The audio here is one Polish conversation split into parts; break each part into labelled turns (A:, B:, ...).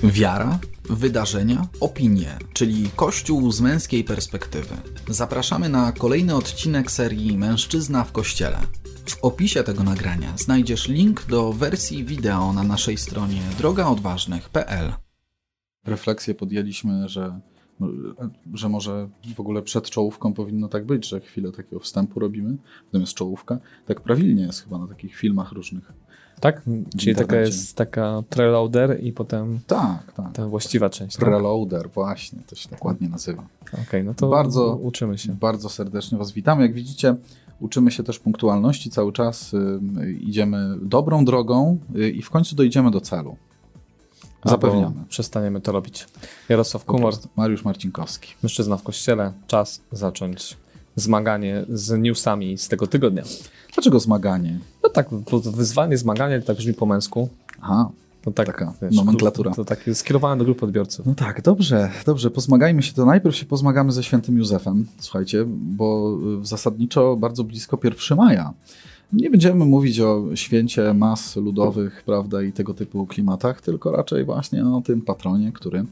A: Wiara, wydarzenia, opinie, czyli Kościół z męskiej perspektywy. Zapraszamy na kolejny odcinek serii Mężczyzna w Kościele. W opisie tego nagrania znajdziesz link do wersji wideo na naszej stronie drogaodważnych.pl.
B: Refleksję podjęliśmy, że może w ogóle przed czołówką powinno tak być, że chwilę takiego wstępu robimy, potem jest czołówka. Tak prawilnie jest chyba na takich filmach różnych.
C: Tak? Czyli taka preloader i potem
B: tak.
C: ta właściwa część.
B: Preloader, właśnie, to się tak ładnie nazywa.
C: Okej, no to uczymy się.
B: Bardzo serdecznie Was witamy. Jak widzicie, uczymy się też punktualności cały czas. Idziemy dobrą drogą i w końcu dojdziemy do celu. Zapewniamy.
C: Przestaniemy to robić. Jarosław Kumor,
B: Mariusz Marcinkowski.
C: Mężczyzna w Kościele. Czas zacząć zmaganie z newsami z tego tygodnia.
B: Dlaczego zmaganie?
C: No tak, wyzwanie, zmaganie, to tak brzmi po męsku.
B: Aha,
C: no tak,
B: taka nomenklatura.
C: To takie skierowane do grupy odbiorców.
B: No tak, dobrze, pozmagajmy się. To najpierw się pozmagamy ze świętym Józefem, słuchajcie, bo zasadniczo bardzo blisko 1 maja. Nie będziemy mówić o święcie mas ludowych, prawda, i tego typu klimatach, tylko raczej właśnie o tym patronie, który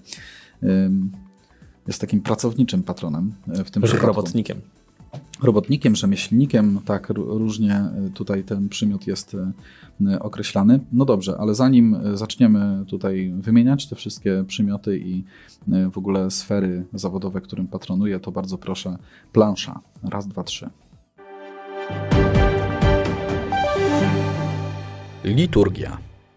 B: jest takim pracowniczym patronem w tym przypadku. Robotnikiem, rzemieślnikiem, tak różnie tutaj ten przymiot jest określany. No dobrze, ale zanim zaczniemy tutaj wymieniać te wszystkie przymioty i w ogóle sfery zawodowe, którym patronuję, to bardzo proszę, plansza. 1, 2, 3.
A: Liturgia.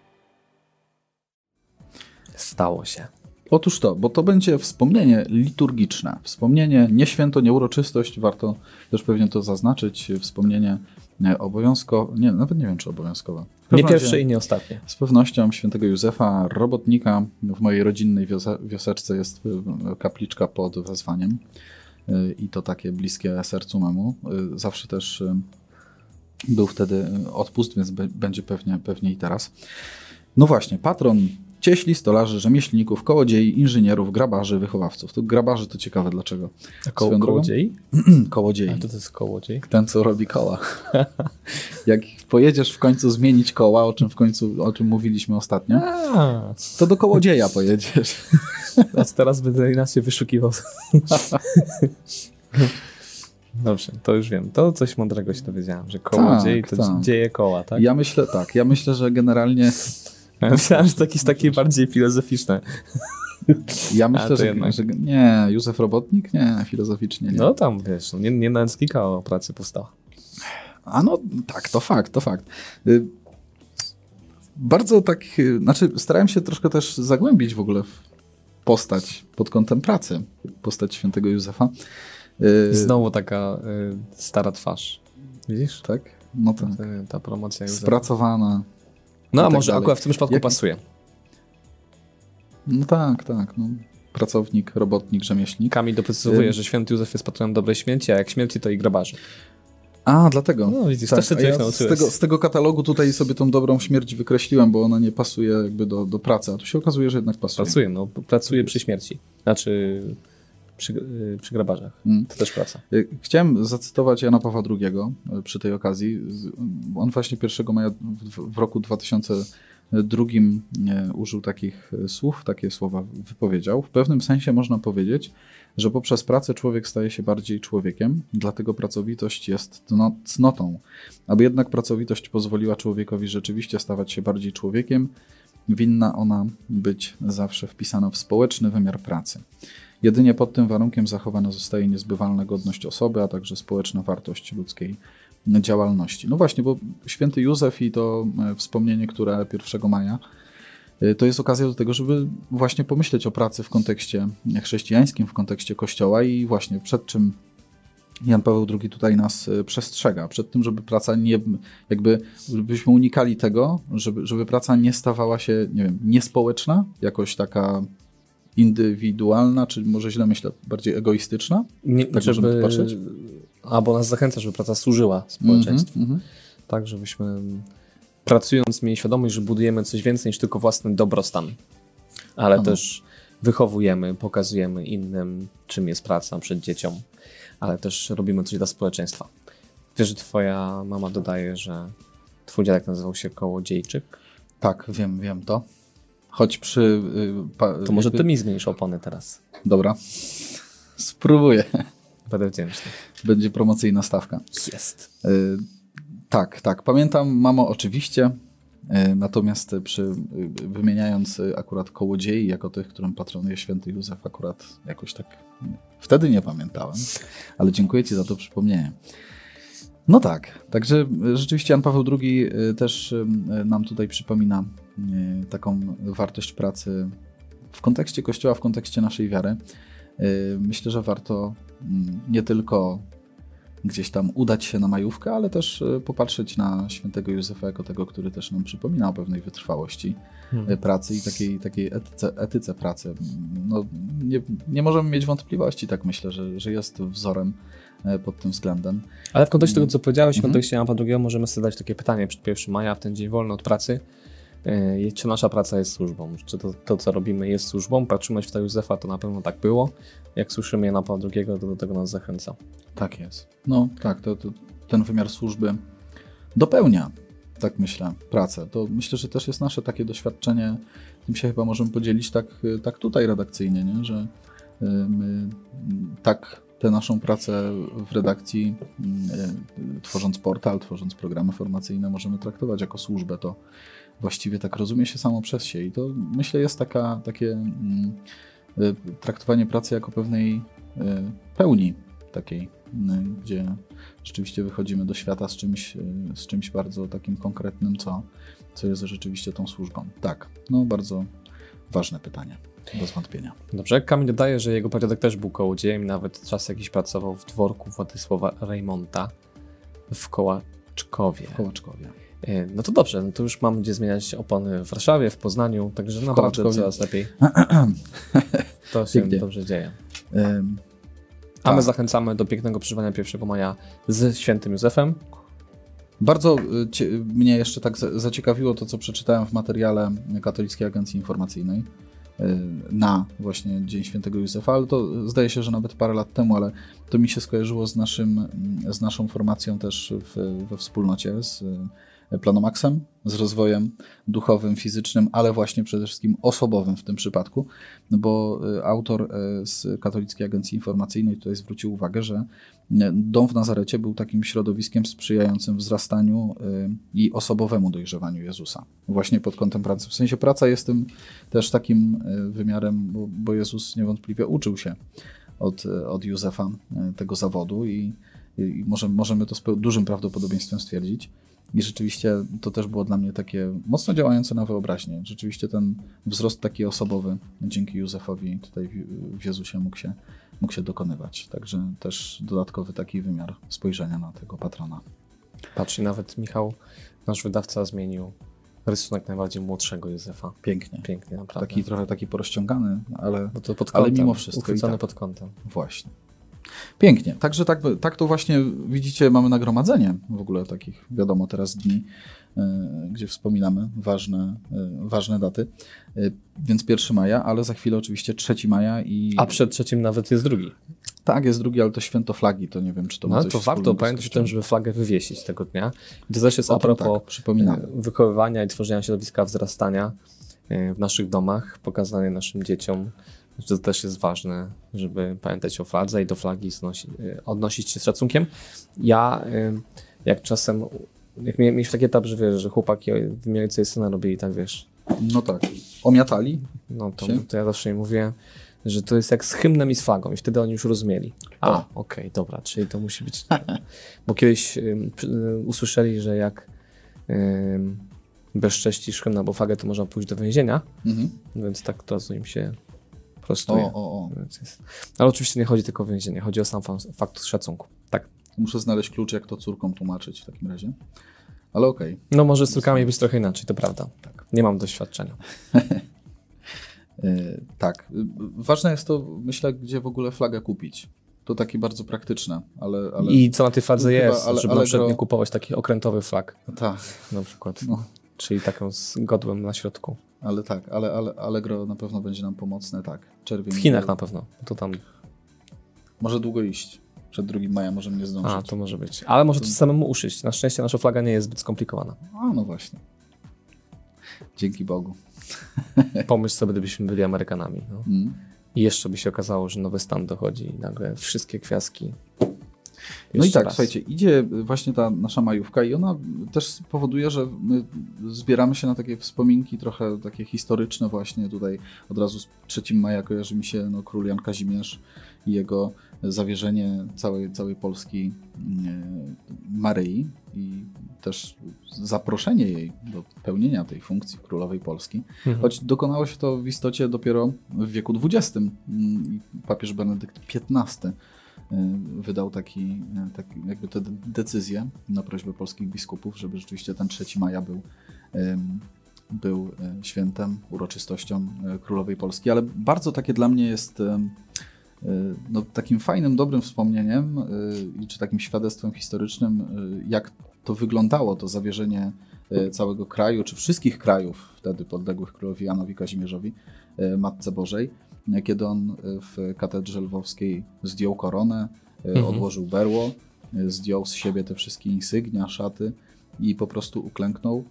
C: Stało się.
B: Otóż to, bo to będzie wspomnienie liturgiczne. Wspomnienie nie święto, nie uroczystość, warto też pewnie to zaznaczyć. Wspomnienie obowiązkowe, nawet nie wiem czy obowiązkowe.
C: Nie pierwsze i nie ostatnie.
B: Z pewnością świętego Józefa, robotnika. W mojej rodzinnej wioseczce jest kapliczka pod wezwaniem i to takie bliskie sercu memu. Zawsze też był wtedy odpust, więc będzie pewnie i teraz. No właśnie, patron cieśli, stolarzy, rzemieślników, kołodziei, inżynierów, grabarzy, wychowawców. To grabarzy to ciekawe dlaczego.
C: Kołodziei?
B: Kołodziei.
C: A to jest kołodziej?
B: Ten, co robi koła. Jak pojedziesz w końcu zmienić koła, o czym mówiliśmy ostatnio, to do kołodzieja pojedziesz.
C: Teraz będę inaczej wyszukiwał. Dobrze, to już wiem. To coś mądrego się dowiedziałem, że kołodziej to dzieje koła, tak?
B: Ja myślę, że generalnie...
C: Ja myślałem, że to jakieś takie bardziej filozoficzne.
B: Ja myślę, że nie, Józef Robotnik? Nie, filozoficznie nie.
C: No tam, wiesz, nie na encyklika o pracy powstała.
B: A no tak, to fakt. Bardzo tak, starałem się troszkę też zagłębić w ogóle w postać pod kątem pracy, postać świętego Józefa.
C: Znowu taka stara twarz. Widzisz?
B: Tak? No tak.
C: Ta promocja Józefa.
B: Spracowana.
C: No a tak może dalej. Akurat w tym przypadku pasuje.
B: No tak. No. Pracownik, robotnik, rzemieślnik.
C: Kamil doprecyzowuje, że święty Józef jest patronem dobrej śmierci, a jak śmierci to i grabarzy.
B: A, dlatego.
C: No widzisz, też się coś nauczyłeś.
B: Z tego katalogu tutaj sobie tą dobrą śmierć wykreśliłem, bo ona nie pasuje jakby do pracy, a tu się okazuje, że jednak pasuje.
C: Pracuje przy śmierci. Znaczy przy grabarzach. To też praca.
B: Chciałem zacytować Jana Pawła II przy tej okazji. On właśnie 1 maja w roku 2002 użył takich słów, takie słowa wypowiedział. W pewnym sensie można powiedzieć, że poprzez pracę człowiek staje się bardziej człowiekiem, dlatego pracowitość jest cnotą. Aby jednak pracowitość pozwoliła człowiekowi rzeczywiście stawać się bardziej człowiekiem, winna ona być zawsze wpisana w społeczny wymiar pracy. Jedynie pod tym warunkiem zachowana zostaje niezbywalna godność osoby, a także społeczna wartość ludzkiej działalności. No właśnie, bo święty Józef i to wspomnienie, które 1 maja, to jest okazja do tego, żeby właśnie pomyśleć o pracy w kontekście chrześcijańskim, w kontekście Kościoła i właśnie przed czym Jan Paweł II tutaj nas przestrzega. Przed tym, żeby praca żebyśmy unikali tego, żeby praca nie stawała się, niespołeczna, jakoś taka indywidualna, czy może źle myślę, bardziej egoistyczna?
C: Tak możemy tu patrzeć? Albo nas zachęca, żeby praca służyła społeczeństwu. Tak, żebyśmy pracując mieli świadomość, że budujemy coś więcej niż tylko własny dobrostan. Ale też wychowujemy, pokazujemy innym, czym jest praca przed dzieciom, ale też robimy coś dla społeczeństwa. Wiesz, że twoja mama dodaje, że twój dziadek nazywał się Kołodziejczyk?
B: Tak, wiem to. choć przy...
C: To może ty mi zmienisz opony teraz.
B: Dobra, spróbuję.
C: Będę wdzięczny.
B: Będzie promocyjna stawka.
C: Jest.
B: Tak. Pamiętam, mamo, oczywiście. Natomiast wymieniając akurat kołodziei jako tych, którym patronuje święty Józef, akurat jakoś tak wtedy nie pamiętałem, ale dziękuję ci za to przypomnienie. No tak, także rzeczywiście Jan Paweł II też nam tutaj przypomina taką wartość pracy w kontekście Kościoła, w kontekście naszej wiary. Myślę, że warto nie tylko gdzieś tam udać się na majówkę, ale też popatrzeć na świętego Józefa jako tego, który też nam przypomina o pewnej wytrwałości pracy i takiej etyce pracy. No, nie możemy mieć wątpliwości, tak myślę, że jest wzorem pod tym względem.
C: Ale w kontekście tego, co powiedziałeś, w kontekście Jana Pawła II możemy sobie zadać takie pytanie przed 1 maja, w ten dzień wolny od pracy. Czy nasza praca jest służbą? Czy to, co robimy, jest służbą? Patrzymy w Józefa, to na pewno tak było. Jak słyszymy Jana Pawła II, to do tego nas zachęca.
B: Tak jest. No tak, to ten wymiar służby dopełnia, tak myślę, pracę. To myślę, że też jest nasze takie doświadczenie, tym się chyba możemy podzielić tak tutaj redakcyjnie, nie? Że my tak tę naszą pracę w redakcji, tworząc portal, tworząc programy formacyjne, możemy traktować jako służbę. To właściwie tak rozumie się samo przez się i to myślę jest takie traktowanie pracy jako pewnej pełni takiej, gdzie rzeczywiście wychodzimy do świata z czymś bardzo takim konkretnym, co jest rzeczywiście tą służbą. Tak, no bardzo ważne pytanie, bez wątpienia.
C: Dobrze, Kamil dodaje, że jego pradziadek też był kołodziejem, nawet czas jakiś pracował w dworku Władysława Rejmonta w Kołaczkowie. No to dobrze, no to już mam gdzie zmieniać opony w Warszawie, w Poznaniu, także naprawdę coraz lepiej. To się dobrze dzieje. A my zachęcamy do pięknego przeżywania 1 maja z świętym Józefem.
B: Bardzo mnie jeszcze tak zaciekawiło to, co przeczytałem w materiale Katolickiej Agencji Informacyjnej na właśnie Dzień Świętego Józefa, ale to zdaje się, że nawet parę lat temu, ale to mi się skojarzyło z naszą formacją też we wspólnocie, z Planomaxem, z rozwojem duchowym, fizycznym, ale właśnie przede wszystkim osobowym w tym przypadku, no bo autor z Katolickiej Agencji Informacyjnej tutaj zwrócił uwagę, że dom w Nazarecie był takim środowiskiem sprzyjającym wzrastaniu i osobowemu dojrzewaniu Jezusa. Właśnie pod kątem pracy. W sensie praca jest tym też takim wymiarem, bo Jezus niewątpliwie uczył się od Józefa tego zawodu i możemy to z dużym prawdopodobieństwem stwierdzić. I rzeczywiście to też było dla mnie takie mocno działające na wyobraźnię. Rzeczywiście ten wzrost taki osobowy dzięki Józefowi tutaj w Jezusie mógł się dokonywać. Także też dodatkowy taki wymiar spojrzenia na tego patrona.
C: Patrz, i nawet Michał, nasz wydawca, zmienił rysunek najbardziej młodszego Józefa.
B: Pięknie,
C: naprawdę.
B: Trochę taki porozciągany, ale
C: mimo wszystko uchwycony pod kątem.
B: Właśnie. Pięknie. Także tak to właśnie widzicie, mamy nagromadzenie w ogóle takich, wiadomo, teraz dni, gdzie wspominamy ważne daty. Więc 1 maja, ale za chwilę oczywiście 3 maja.
C: A przed 3 nawet jest 2.
B: Tak, jest 2, ale to święto flagi, to nie wiem, czy to ma coś
C: to warto pamiętać o tym, żeby flagę wywiesić tego dnia. I to też jest a propos wychowywania i tworzenia środowiska wzrastania w naszych domach, pokazanie naszym dzieciom, że to też jest ważne, żeby pamiętać o fladze i do flagi odnosić się z szacunkiem. Ja jak czasem, jak mieliśmy taki etap, że wiesz, że chłopaki w imię ojca i syna robili tak, wiesz.
B: No tak, omiatali.
C: No to ja zawsze im mówię, że to jest jak z hymnem i z flagą i wtedy oni już rozumieli. Okej, dobra, czyli to musi być... Bo kiedyś usłyszeli, że jak bezcześcisz hymn albo flagę, to można pójść do więzienia, więc tak to im się prostuje. Ale oczywiście nie chodzi tylko o więzienie, chodzi o sam fakt szacunku. Tak.
B: Muszę znaleźć klucz, jak to córkom tłumaczyć w takim razie. Ale okej.
C: No może z córkami być trochę inaczej, to prawda. Tak. Nie mam doświadczenia.
B: Tak. Ważne jest to, myślę, gdzie w ogóle flagę kupić. To takie bardzo praktyczne, ale
C: i co na tej fladze jest, żeby na przykład nie kupować takich okrętowych flag.
B: Tak.
C: Na przykład. Czyli taką z godłem na środku.
B: Ale tak, ale Allegro na pewno będzie nam pomocne, tak. Czerwień.
C: W Chinach na pewno. To tam...
B: Może długo iść. Przed 2 maja możemy nie zdążyć.
C: To może być. Ale może to samemu uszyć. Na szczęście nasza flaga nie jest zbyt skomplikowana.
B: No właśnie. Dzięki Bogu.
C: Pomyśl sobie, gdybyśmy byli Amerykanami. No. I jeszcze by się okazało, że nowy stan dochodzi i nagle wszystkie kwiaski.
B: No i tak, słuchajcie, idzie właśnie ta nasza majówka i ona też powoduje, że my zbieramy się na takie wspominki trochę takie historyczne właśnie. Tutaj od razu z 3 maja kojarzy mi się król Jan Kazimierz i jego zawierzenie całej Polski Maryi i też zaproszenie jej do pełnienia tej funkcji królowej Polski. Choć dokonało się to w istocie dopiero w wieku XX. Papież Benedykt XV wydał jakby tę decyzję na prośbę polskich biskupów, żeby rzeczywiście ten 3 maja był świętem, uroczystością królowej Polski, ale bardzo takie dla mnie jest takim fajnym, dobrym wspomnieniem czy takim świadectwem historycznym, jak to wyglądało, to zawierzenie całego kraju, czy wszystkich krajów wtedy podległych królowi Janowi Kazimierzowi, Matce Bożej, kiedy on w katedrze lwowskiej zdjął koronę, odłożył berło, zdjął z siebie te wszystkie insygnia, szaty i po prostu uklęknął.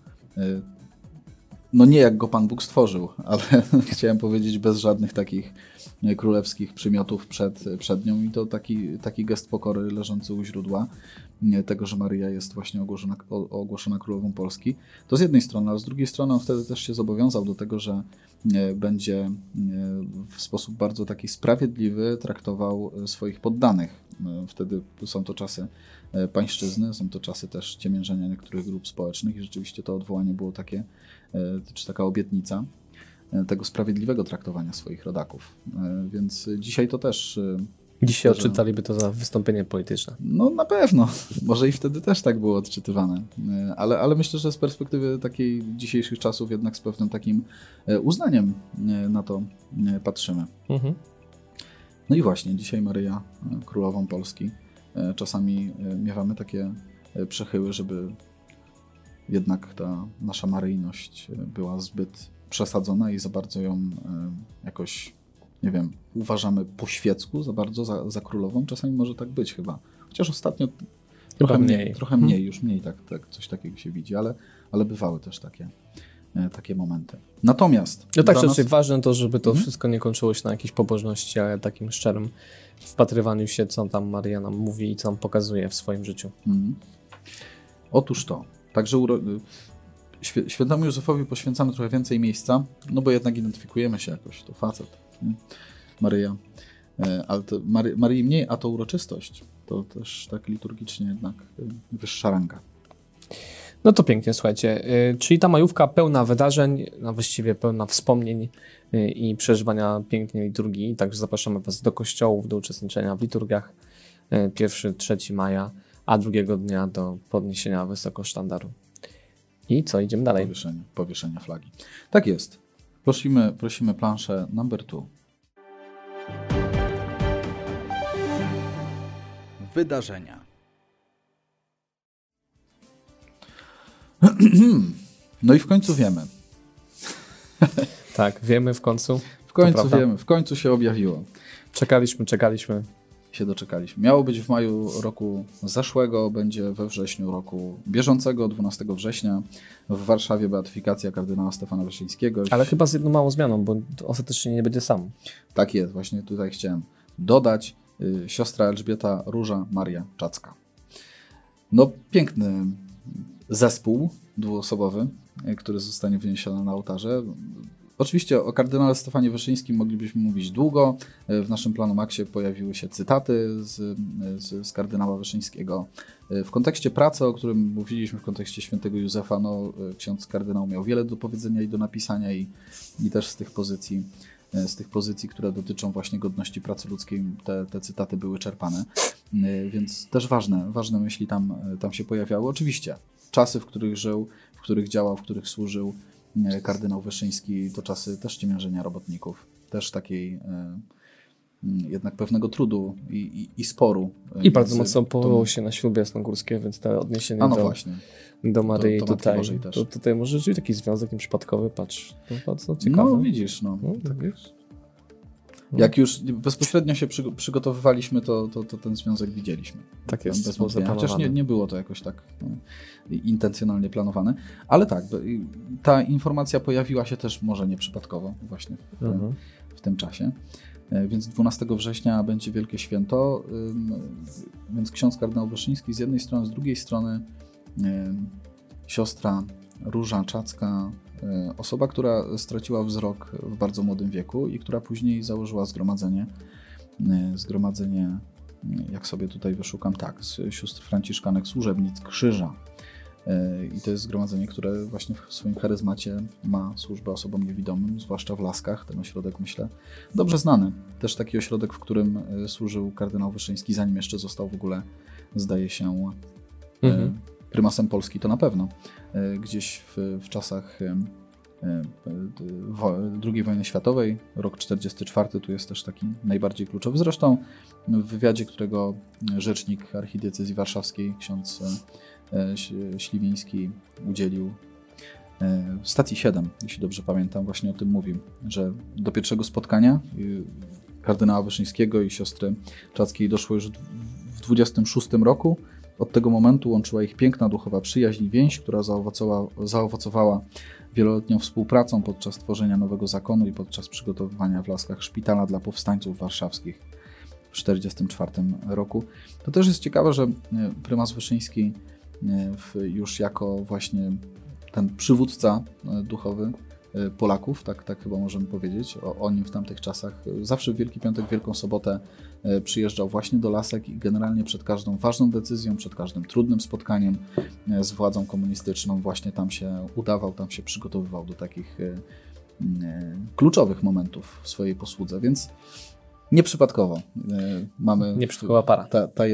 B: No nie jak go Pan Bóg stworzył, ale chciałem powiedzieć bez żadnych takich królewskich przymiotów przed nią i to taki gest pokory leżący u źródła tego, że Maryja jest właśnie ogłoszona królową Polski. To z jednej strony, ale z drugiej strony on wtedy też się zobowiązał do tego, że będzie w sposób bardzo taki sprawiedliwy traktował swoich poddanych. Wtedy są to czasy pańszczyzny, są to czasy też ciemiężenia niektórych grup społecznych i rzeczywiście to odwołanie było takie, czy taka obietnica tego sprawiedliwego traktowania swoich rodaków. Więc dzisiaj to też...
C: Dzisiaj odczytaliby to za wystąpienie polityczne.
B: No na pewno. Może i wtedy też tak było odczytywane. Ale myślę, że z perspektywy takiej dzisiejszych czasów jednak z pewnym takim uznaniem na to patrzymy. No i właśnie, dzisiaj Maryja królową Polski. Czasami miewamy takie przechyły, żeby jednak ta nasza maryjność była zbyt przesadzona i za bardzo ją jakoś, nie wiem, uważamy po świecku za bardzo za królową. Czasami może tak być chyba. Chociaż ostatnio trochę mniej, już mniej tak coś takiego się widzi, ale bywały też takie momenty. Natomiast...
C: No tak, raczej ważne to, żeby to wszystko nie kończyło się na jakiejś pobożności, ale takim szczerym wpatrywaniu się, co tam Maryja nam mówi i co nam pokazuje w swoim życiu.
B: Otóż to. Także świętemu Józefowi poświęcamy trochę więcej miejsca, no bo jednak identyfikujemy się jakoś, to facet, nie? Maryja, ale to Maryi mniej, a to uroczystość, to też tak liturgicznie jednak wyższa ranga.
C: No to pięknie, słuchajcie, czyli ta majówka pełna wydarzeń, a właściwie pełna wspomnień i przeżywania pięknej liturgii, także zapraszamy Was do kościołów, do uczestniczenia w liturgiach 1-3 maja, a drugiego dnia do podniesienia wysoko sztandaru. I co, idziemy dalej?
B: Powieszenia flagi. Tak jest. Prosimy planszę number 2.
A: Wydarzenia.
B: No i w końcu wiemy.
C: Tak, wiemy w końcu.
B: W końcu wiemy, w końcu się objawiło.
C: Czekaliśmy.
B: Się doczekaliśmy. Miało być w maju roku zeszłego, będzie we wrześniu roku bieżącego, 12 września. W Warszawie beatyfikacja kardynała Stefana Wyszyńskiego.
C: Ale chyba z jedną małą zmianą, bo ostatecznie nie będzie sam.
B: Tak jest, właśnie tutaj chciałem dodać. Siostra Elżbieta Róża Maria Czacka. No piękny zespół dwuosobowy, który zostanie wniesiony na ołtarze. Oczywiście o kardynale Stefanie Wyszyńskim moglibyśmy mówić długo. W naszym Planu Maxie pojawiły się cytaty z kardynała Wyszyńskiego. W kontekście pracy, o którym mówiliśmy, w kontekście świętego Józefa, no, ksiądz kardynał miał wiele do powiedzenia i do napisania i też z tych pozycji, które dotyczą właśnie godności pracy ludzkiej, te cytaty były czerpane. Więc też ważne myśli tam się pojawiały. Oczywiście czasy, w których żył, w których działał, w których służył kardynał Wyszyński, to czasy też ciemiężenia robotników, też takiej jednak pewnego trudu i sporu.
C: I bardzo mocno powołał się na śluby jasnogórskie, więc to odniesienie do Maryi tutaj może rzeczywiście taki związek nieprzypadkowy, patrz, to bardzo ciekawe.
B: No widzisz, tak wiesz. Jak już bezpośrednio się przygotowywaliśmy, to ten związek widzieliśmy.
C: Tak jest.
B: Chociaż nie było to jakoś tak intencjonalnie planowane. Ale tak, ta informacja pojawiła się też może nieprzypadkowo właśnie w tym czasie. Więc 12 września będzie Wielkie Święto, więc ksiądz kardynał Wyszyński z jednej strony, z drugiej strony siostra Róża Czacka, osoba, która straciła wzrok w bardzo młodym wieku i która później założyła zgromadzenie, jak sobie tutaj wyszukam, tak, z sióstr franciszkanek Służebnic Krzyża. I to jest zgromadzenie, które właśnie w swoim charyzmacie ma służbę osobom niewidomym, zwłaszcza w Laskach. Ten ośrodek, myślę, dobrze znany. Też taki ośrodek, w którym służył kardynał Wyszyński, zanim jeszcze został w ogóle, zdaje się, prymasem Polski, to na pewno. Gdzieś w czasach II wojny światowej, rok 1944, tu jest też taki najbardziej kluczowy. Zresztą w wywiadzie, którego rzecznik archidiecezji warszawskiej, ksiądz Śliwiński udzielił w stacji 7, jeśli dobrze pamiętam, właśnie o tym mówił, że do pierwszego spotkania kardynała Wyszyńskiego i siostry Czackiej doszło już w 26 roku. Od tego momentu łączyła ich piękna duchowa przyjaźń i więź, która zaowocowała wieloletnią współpracą podczas tworzenia nowego zakonu i podczas przygotowywania w Laskach szpitala dla powstańców warszawskich w 1944 roku. To też jest ciekawe, że prymas Wyszyński już jako właśnie ten przywódca duchowy Polaków, tak chyba możemy powiedzieć o nim w tamtych czasach, zawsze w Wielki Piątek, Wielką Sobotę przyjeżdżał właśnie do Lasek i generalnie przed każdą ważną decyzją, przed każdym trudnym spotkaniem z władzą komunistyczną właśnie tam się udawał, tam się przygotowywał do takich kluczowych momentów w swojej posłudze, więc nieprzypadkowo mamy
C: nieprzypadkowa para.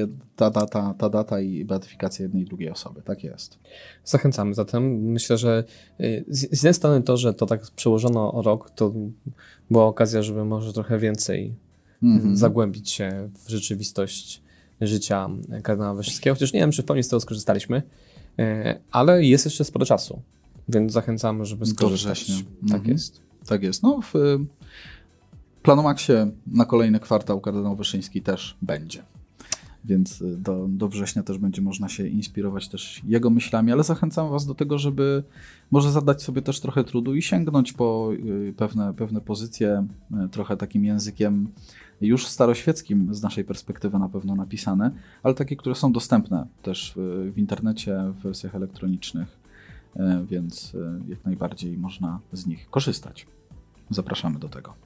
B: Ta data i beatyfikacja jednej i drugiej osoby. Tak jest.
C: Zachęcamy zatem. Myślę, że z jednej strony to, że to tak przełożono o rok, to była okazja, żeby może trochę więcej zagłębić się w rzeczywistość życia kardynała Wyszyńskiego. Chociaż nie wiem, czy w pełni z tego skorzystaliśmy, ale jest jeszcze sporo czasu, więc zachęcamy, żeby skorzystać. Tak jest.
B: Tak jest. No, w Planomaxie na kolejny kwartał kardynał Wyszyński też będzie. Więc do września też będzie można się inspirować też jego myślami, ale zachęcam Was do tego, żeby może zadać sobie też trochę trudu i sięgnąć po pewne pozycje trochę takim językiem już staroświeckim z naszej perspektywy na pewno napisane, ale takie, które są dostępne też w internecie, w wersjach elektronicznych, więc jak najbardziej można z nich korzystać. Zapraszamy do tego.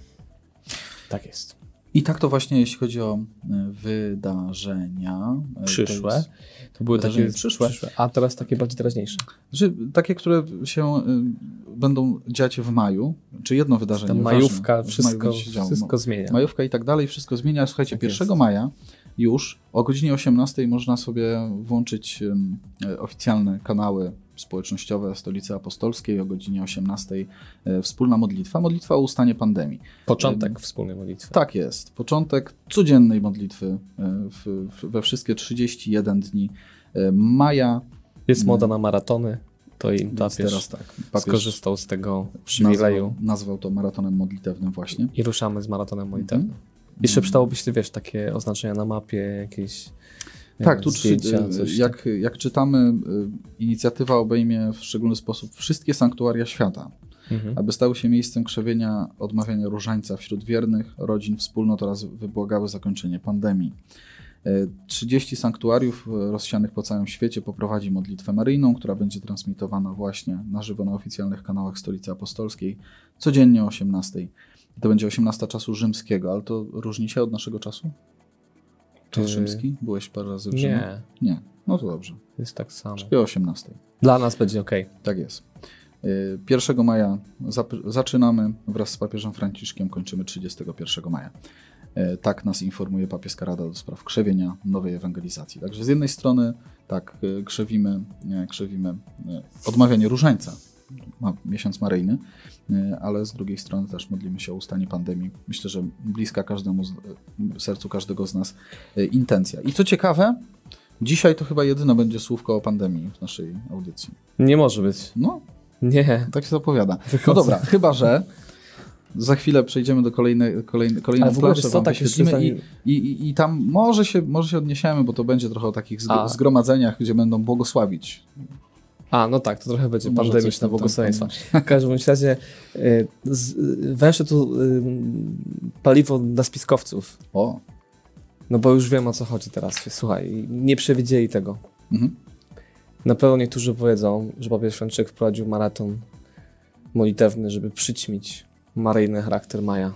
C: Tak jest.
B: I tak to właśnie, jeśli chodzi o wydarzenia.
C: Przyszłe. To były takie przyszłe, a teraz takie bardziej teraźniejsze.
B: Znaczy, takie, które się będą dziać w maju, czy jedno wydarzenie.
C: Ta majówka, wszystko zmienia.
B: Majówka i tak dalej, wszystko zmienia. Słuchajcie, tak 1 maja już o godzinie 18 można sobie włączyć oficjalne kanały społecznościowe Stolicy Apostolskiej, o godzinie 18 wspólna modlitwa o ustanie pandemii.
C: Początek wspólnej modlitwy.
B: Tak jest. Początek codziennej modlitwy we wszystkie 31 dni maja.
C: Jest moda na maratony, to i papież
B: teraz papież
C: skorzystał z tego przywileju.
B: Nazwał to maratonem modlitewnym właśnie.
C: I ruszamy z maratonem modlitewnym. Jeszcze przydałoby się, wiesz, takie oznaczenia na mapie, jakieś
B: tak, tu
C: zdjęcia, coś
B: jak czytamy, inicjatywa obejmie w szczególny sposób wszystkie sanktuaria świata, aby stały się miejscem krzewienia, odmawiania różańca wśród wiernych, rodzin, wspólnot oraz wybłagały zakończenie pandemii. 30 sanktuariów rozsianych po całym świecie poprowadzi modlitwę maryjną, która będzie transmitowana właśnie na żywo na oficjalnych kanałach Stolicy Apostolskiej codziennie o 18. To będzie 18 czasu rzymskiego, ale to różni się od naszego czasu? Czas rzymski? Byłeś parę razy w Rzymie? Nie. No to dobrze.
C: Jest tak samo.
B: Czyli o 18.
C: Dla nas będzie ok.
B: Tak jest. 1 maja zaczynamy wraz z papieżem Franciszkiem, kończymy 31 maja. Tak nas informuje papieska Rada do spraw krzewienia nowej ewangelizacji. Także z jednej strony tak krzewimy odmawianie różańca, miesiąc maryjny, ale z drugiej strony też modlimy się o ustanie pandemii. Myślę, że bliska sercu każdego z nas intencja. I co ciekawe, dzisiaj to chyba jedyne będzie słówko o pandemii w naszej audycji.
C: Nie może być.
B: No,
C: nie.
B: Tak się zapowiada. No dobra, chyba że Za chwilę przejdziemy do kolejną planszę, wam wyświetlimy i tam może się odniesiemy, bo to będzie trochę o takich zgromadzeniach, gdzie będą błogosławić.
C: No tak, to trochę będzie pandemiczne błogosławieństwa. W każdym razie węszę tu paliwo dla spiskowców.
B: O.
C: No bo już wiem, o co chodzi teraz. Słuchaj, nie przewidzieli tego. Na pewno niektórzy powiedzą, że papież Franciszek wprowadził maraton modlitewny, żeby przyćmić maryjny charakter maja.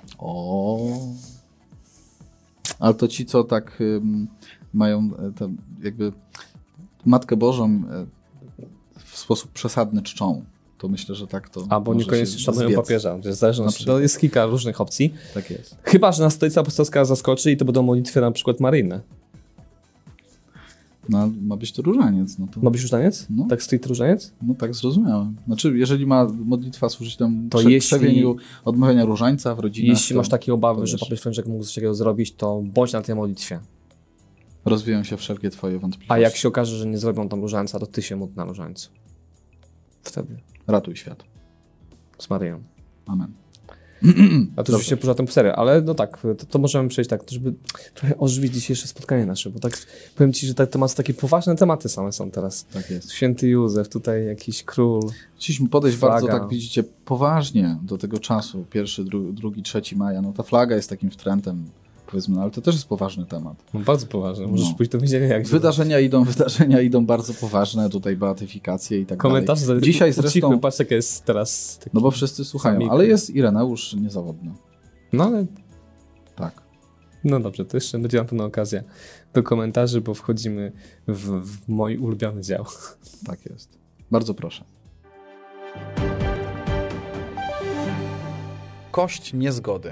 B: Ale to ci, co tak mają jakby Matkę Bożą w sposób przesadny czczą, to myślę, że tak to
C: albo niekoniecznie szanują papieża. To jest kilka różnych opcji.
B: Tak jest.
C: Chyba że nas Stolica Apostolska zaskoczy i to będą modlitwy na przykład maryjne.
B: No, ma być to różaniec. No to...
C: Ma być różaniec?
B: No.
C: Tak stricte różaniec?
B: No tak zrozumiałem. Znaczy, jeżeli ma modlitwa służyć tam przewieniu odmawiania różańca w rodzinie.
C: Jeśli masz takie obawy, że papież Franciszek mógł coś takiego zrobić, to bądź na tej modlitwie.
B: Rozwieją się wszelkie twoje wątpliwości.
C: A jak się okaże, że nie zrobią tam różańca, to ty się módl na różańcu. Wtedy.
B: Ratuj świat.
C: Z Maryją.
B: Amen.
C: A to oczywiście poza tym serio, ale no tak, to możemy przejść tak, żeby trochę ożywić dzisiejsze spotkanie nasze, bo tak powiem ci, że takie poważne tematy same są teraz.
B: Tak jest.
C: Święty Józef, tutaj jakiś król.
B: Chcieliśmy podejść bardzo, tak widzicie, poważnie do tego czasu, 1, 2, 3 maja. No ta flaga jest takim wtrętem, powiedzmy, no, ale to też jest poważny temat.
C: No bardzo poważny, możesz pójść do więzienia. Jak
B: wydarzenia idą bardzo poważne, tutaj beatyfikacje i tak
C: komentarze
B: dalej. Dzisiaj zresztą...
C: Patrz, jaka jest teraz...
B: No bo wszyscy słuchają, ale jest Ireneusz niezawodny.
C: No ale...
B: Tak.
C: No dobrze, to jeszcze będzie na pewno okazja do komentarzy, bo wchodzimy w mój ulubiony dział.
B: Tak jest. Bardzo proszę.
A: Kość niezgody.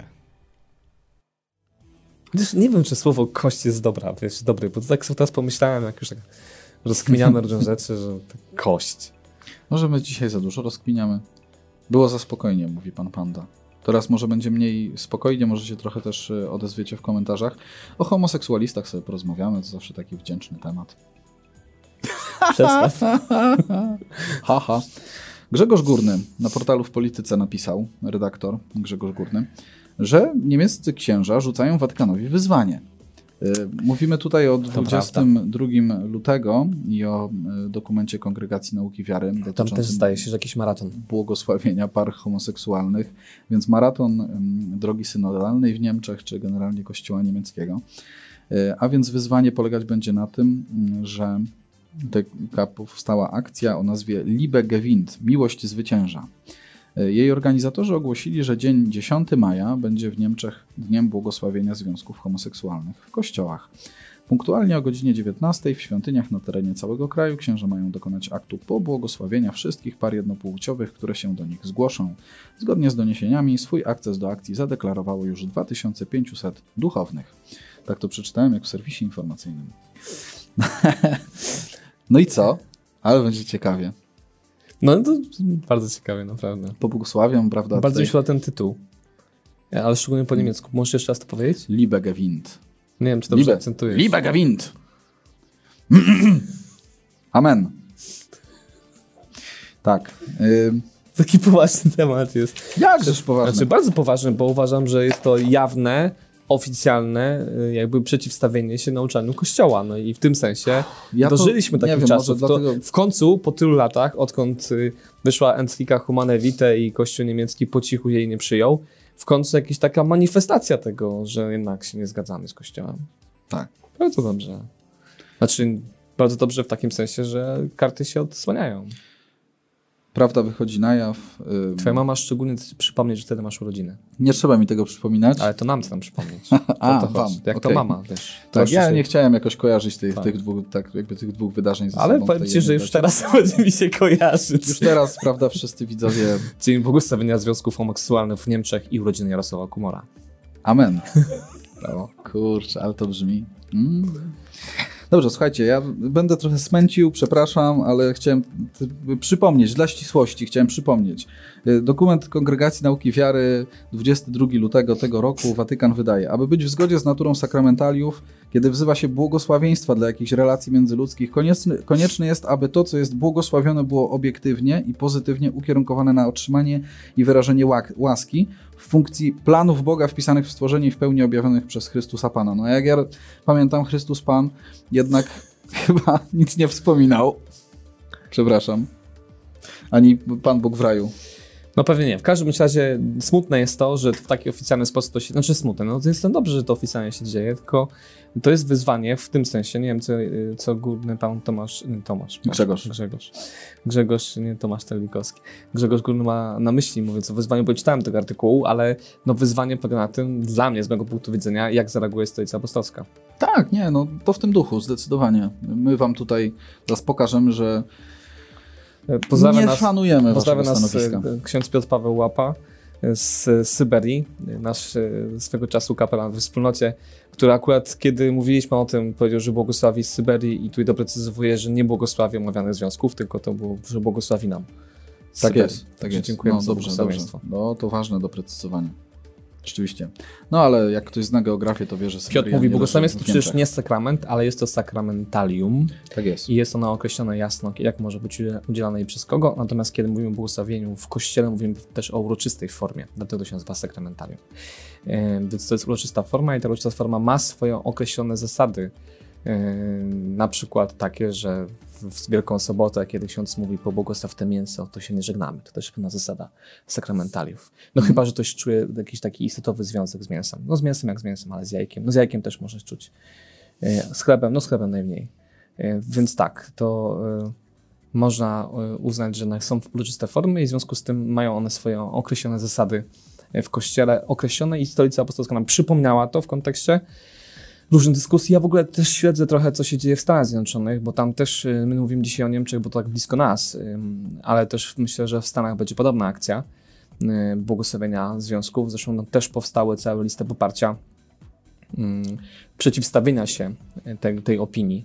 C: Nie wiem, czy słowo kość jest dobre, bo to tak sobie teraz pomyślałem, jak już tak rozkminiamy różne rzeczy, że kość.
B: Może my dzisiaj za dużo rozkminiamy. Było za spokojnie, mówi pan Panda. Teraz może będzie mniej spokojnie, może się trochę też odezwiecie w komentarzach. O homoseksualistach sobie porozmawiamy, to zawsze taki wdzięczny temat.
C: Przestaw.
B: Haha. Grzegorz Górny na portalu W Polityce napisał, redaktor Grzegorz Górny, że niemieccy księża rzucają Watykanowi wyzwanie. Mówimy tutaj o 22 lutego i o dokumencie Kongregacji Nauki Wiary.
C: Tam też zdaje się, że jakiś maraton.
B: Błogosławienia par homoseksualnych, więc maraton drogi synodalnej w Niemczech, czy generalnie Kościoła niemieckiego. A więc wyzwanie polegać będzie na tym, że taka powstała akcja o nazwie Liebe gewinnt, miłość zwycięża. Jej organizatorzy ogłosili, że dzień 10 maja będzie w Niemczech dniem błogosławienia związków homoseksualnych w kościołach. Punktualnie o godzinie 19 w świątyniach na terenie całego kraju księża mają dokonać aktu pobłogosławienia wszystkich par jednopłciowych, które się do nich zgłoszą. Zgodnie z doniesieniami swój akces do akcji zadeklarowało już 2500 duchownych. Tak to przeczytałem jak w serwisie informacyjnym. No i co? Ale będzie ciekawie.
C: No to bardzo ciekawie, naprawdę.
B: Pobłogosławiam, prawda?
C: Bardzo mi się ten tytuł. Ale szczególnie po niemiecku. Możesz jeszcze raz to powiedzieć?
B: Liebe gewinnt.
C: Nie wiem, czy dobrze akcentujesz.
B: Liebe gewinnt. Amen. Tak.
C: Taki poważny temat jest.
B: Jakżeż poważny?
C: Znaczy bardzo poważny, bo uważam, że jest to jawne, oficjalne jakby przeciwstawienie się nauczaniu Kościoła. No i w tym sensie dożyliśmy takich czasów. Dlatego... W końcu, po tylu latach, odkąd wyszła encyklika Humane Vitae i Kościół niemiecki po cichu jej nie przyjął, w końcu jakaś taka manifestacja tego, że jednak się nie zgadzamy z Kościołem.
B: Tak.
C: Bardzo dobrze. Znaczy, bardzo dobrze w takim sensie, że karty się odsłaniają.
B: Prawda wychodzi na jaw.
C: Twoja mama szczególnie przypomnieć, że wtedy masz urodziny.
B: Nie trzeba mi tego przypominać.
C: Ale to nam chcę przypomnieć.
B: Wam.
C: Jak to mama, wiesz.
B: Tak, ja nie chciałem jakoś kojarzyć tych dwóch wydarzeń ze sobą.
C: Ale powiem ci, że już teraz będzie mi się kojarzyć.
B: Już teraz, prawda, wszyscy widzowie...
C: Dzień błogosławienia związków homoseksualnych w Niemczech i urodziny Jarosława Kumora.
B: Amen. Brawo. Kurczę, ale to brzmi... Dobrze, słuchajcie, ja będę trochę smęcił, przepraszam, ale chciałem przypomnieć, dla ścisłości chciałem przypomnieć, Dokument Kongregacji Nauki Wiary 22 lutego tego roku Watykan wydaje. Aby być w zgodzie z naturą sakramentaliów, kiedy wzywa się błogosławieństwa dla jakichś relacji międzyludzkich, konieczne jest, aby to, co jest błogosławione, było obiektywnie i pozytywnie ukierunkowane na otrzymanie i wyrażenie łaski w funkcji planów Boga wpisanych w stworzenie i w pełni objawionych przez Chrystusa Pana. No jak ja pamiętam, Chrystus Pan jednak chyba nic nie wspominał. Przepraszam. Ani Pan Bóg w raju.
C: No pewnie nie. W każdym razie smutne jest to, że w taki oficjalny sposób to się... Znaczy smutne, no to jest dobrze, że to oficjalnie się dzieje, tylko to jest wyzwanie w tym sensie, nie wiem co górny pan Grzegorz, nie Tomasz Terlikowski. Grzegorz Górny ma na myśli, mówiąc o wyzwaniu, bo czytałem tego artykułu, ale no wyzwanie polega na tym, dla mnie z mojego punktu widzenia, jak zareaguje Stolica Apostolska.
B: Tak, nie, no to w tym duchu, zdecydowanie. My wam tutaj zaraz pokażemy, że szanujemy waszego stanowiska.
C: Ksiądz Piotr Paweł Łapa z Syberii, nasz swego czasu kapelan w wspólnocie, który akurat kiedy mówiliśmy o tym, powiedział, że błogosławi z Syberii i tutaj doprecyzowuje, że nie błogosławi omawianych związków, tylko to było, że błogosławi nam.
B: Tak jest, tak jest.
C: Dziękujemy
B: za błogosławieństwo. No to ważne doprecyzowanie. Rzeczywiście. No ale jak ktoś zna geografię, to wie, że
C: Piotr mówi, błogosławieństwo to przecież nie sakrament, ale jest to sakramentalium.
B: Tak jest.
C: I jest ono określone jasno, jak może być udzielane i przez kogo. Natomiast kiedy mówimy o błogosławieniu w Kościele, mówimy też o uroczystej formie. Dlatego to się nazywa sakramentalium. Więc to jest uroczysta forma i ta uroczysta forma ma swoje określone zasady. Na przykład takie, że w Wielką Sobotę, kiedy ksiądz mówi pobłogosław te mięso, to się nie żegnamy. To też pewna zasada sakramentaliów. No chyba, że ktoś czuje jakiś taki istotowy związek z mięsem. No z mięsem jak z mięsem, ale z jajkiem. No z jajkiem też możesz czuć. Z chlebem najmniej. Więc tak, to można uznać, że są uroczyste formy i w związku z tym mają one swoje określone zasady w Kościele określone i Stolica Apostolska nam przypomniała to w kontekście różnych dyskusji. Ja w ogóle też śledzę trochę, co się dzieje w Stanach Zjednoczonych, bo tam też, my mówimy dzisiaj o Niemczech, bo to tak blisko nas, ale też myślę, że w Stanach będzie podobna akcja błogosławienia związków. Zresztą też powstały całe listy poparcia przeciwstawienia się tej opinii.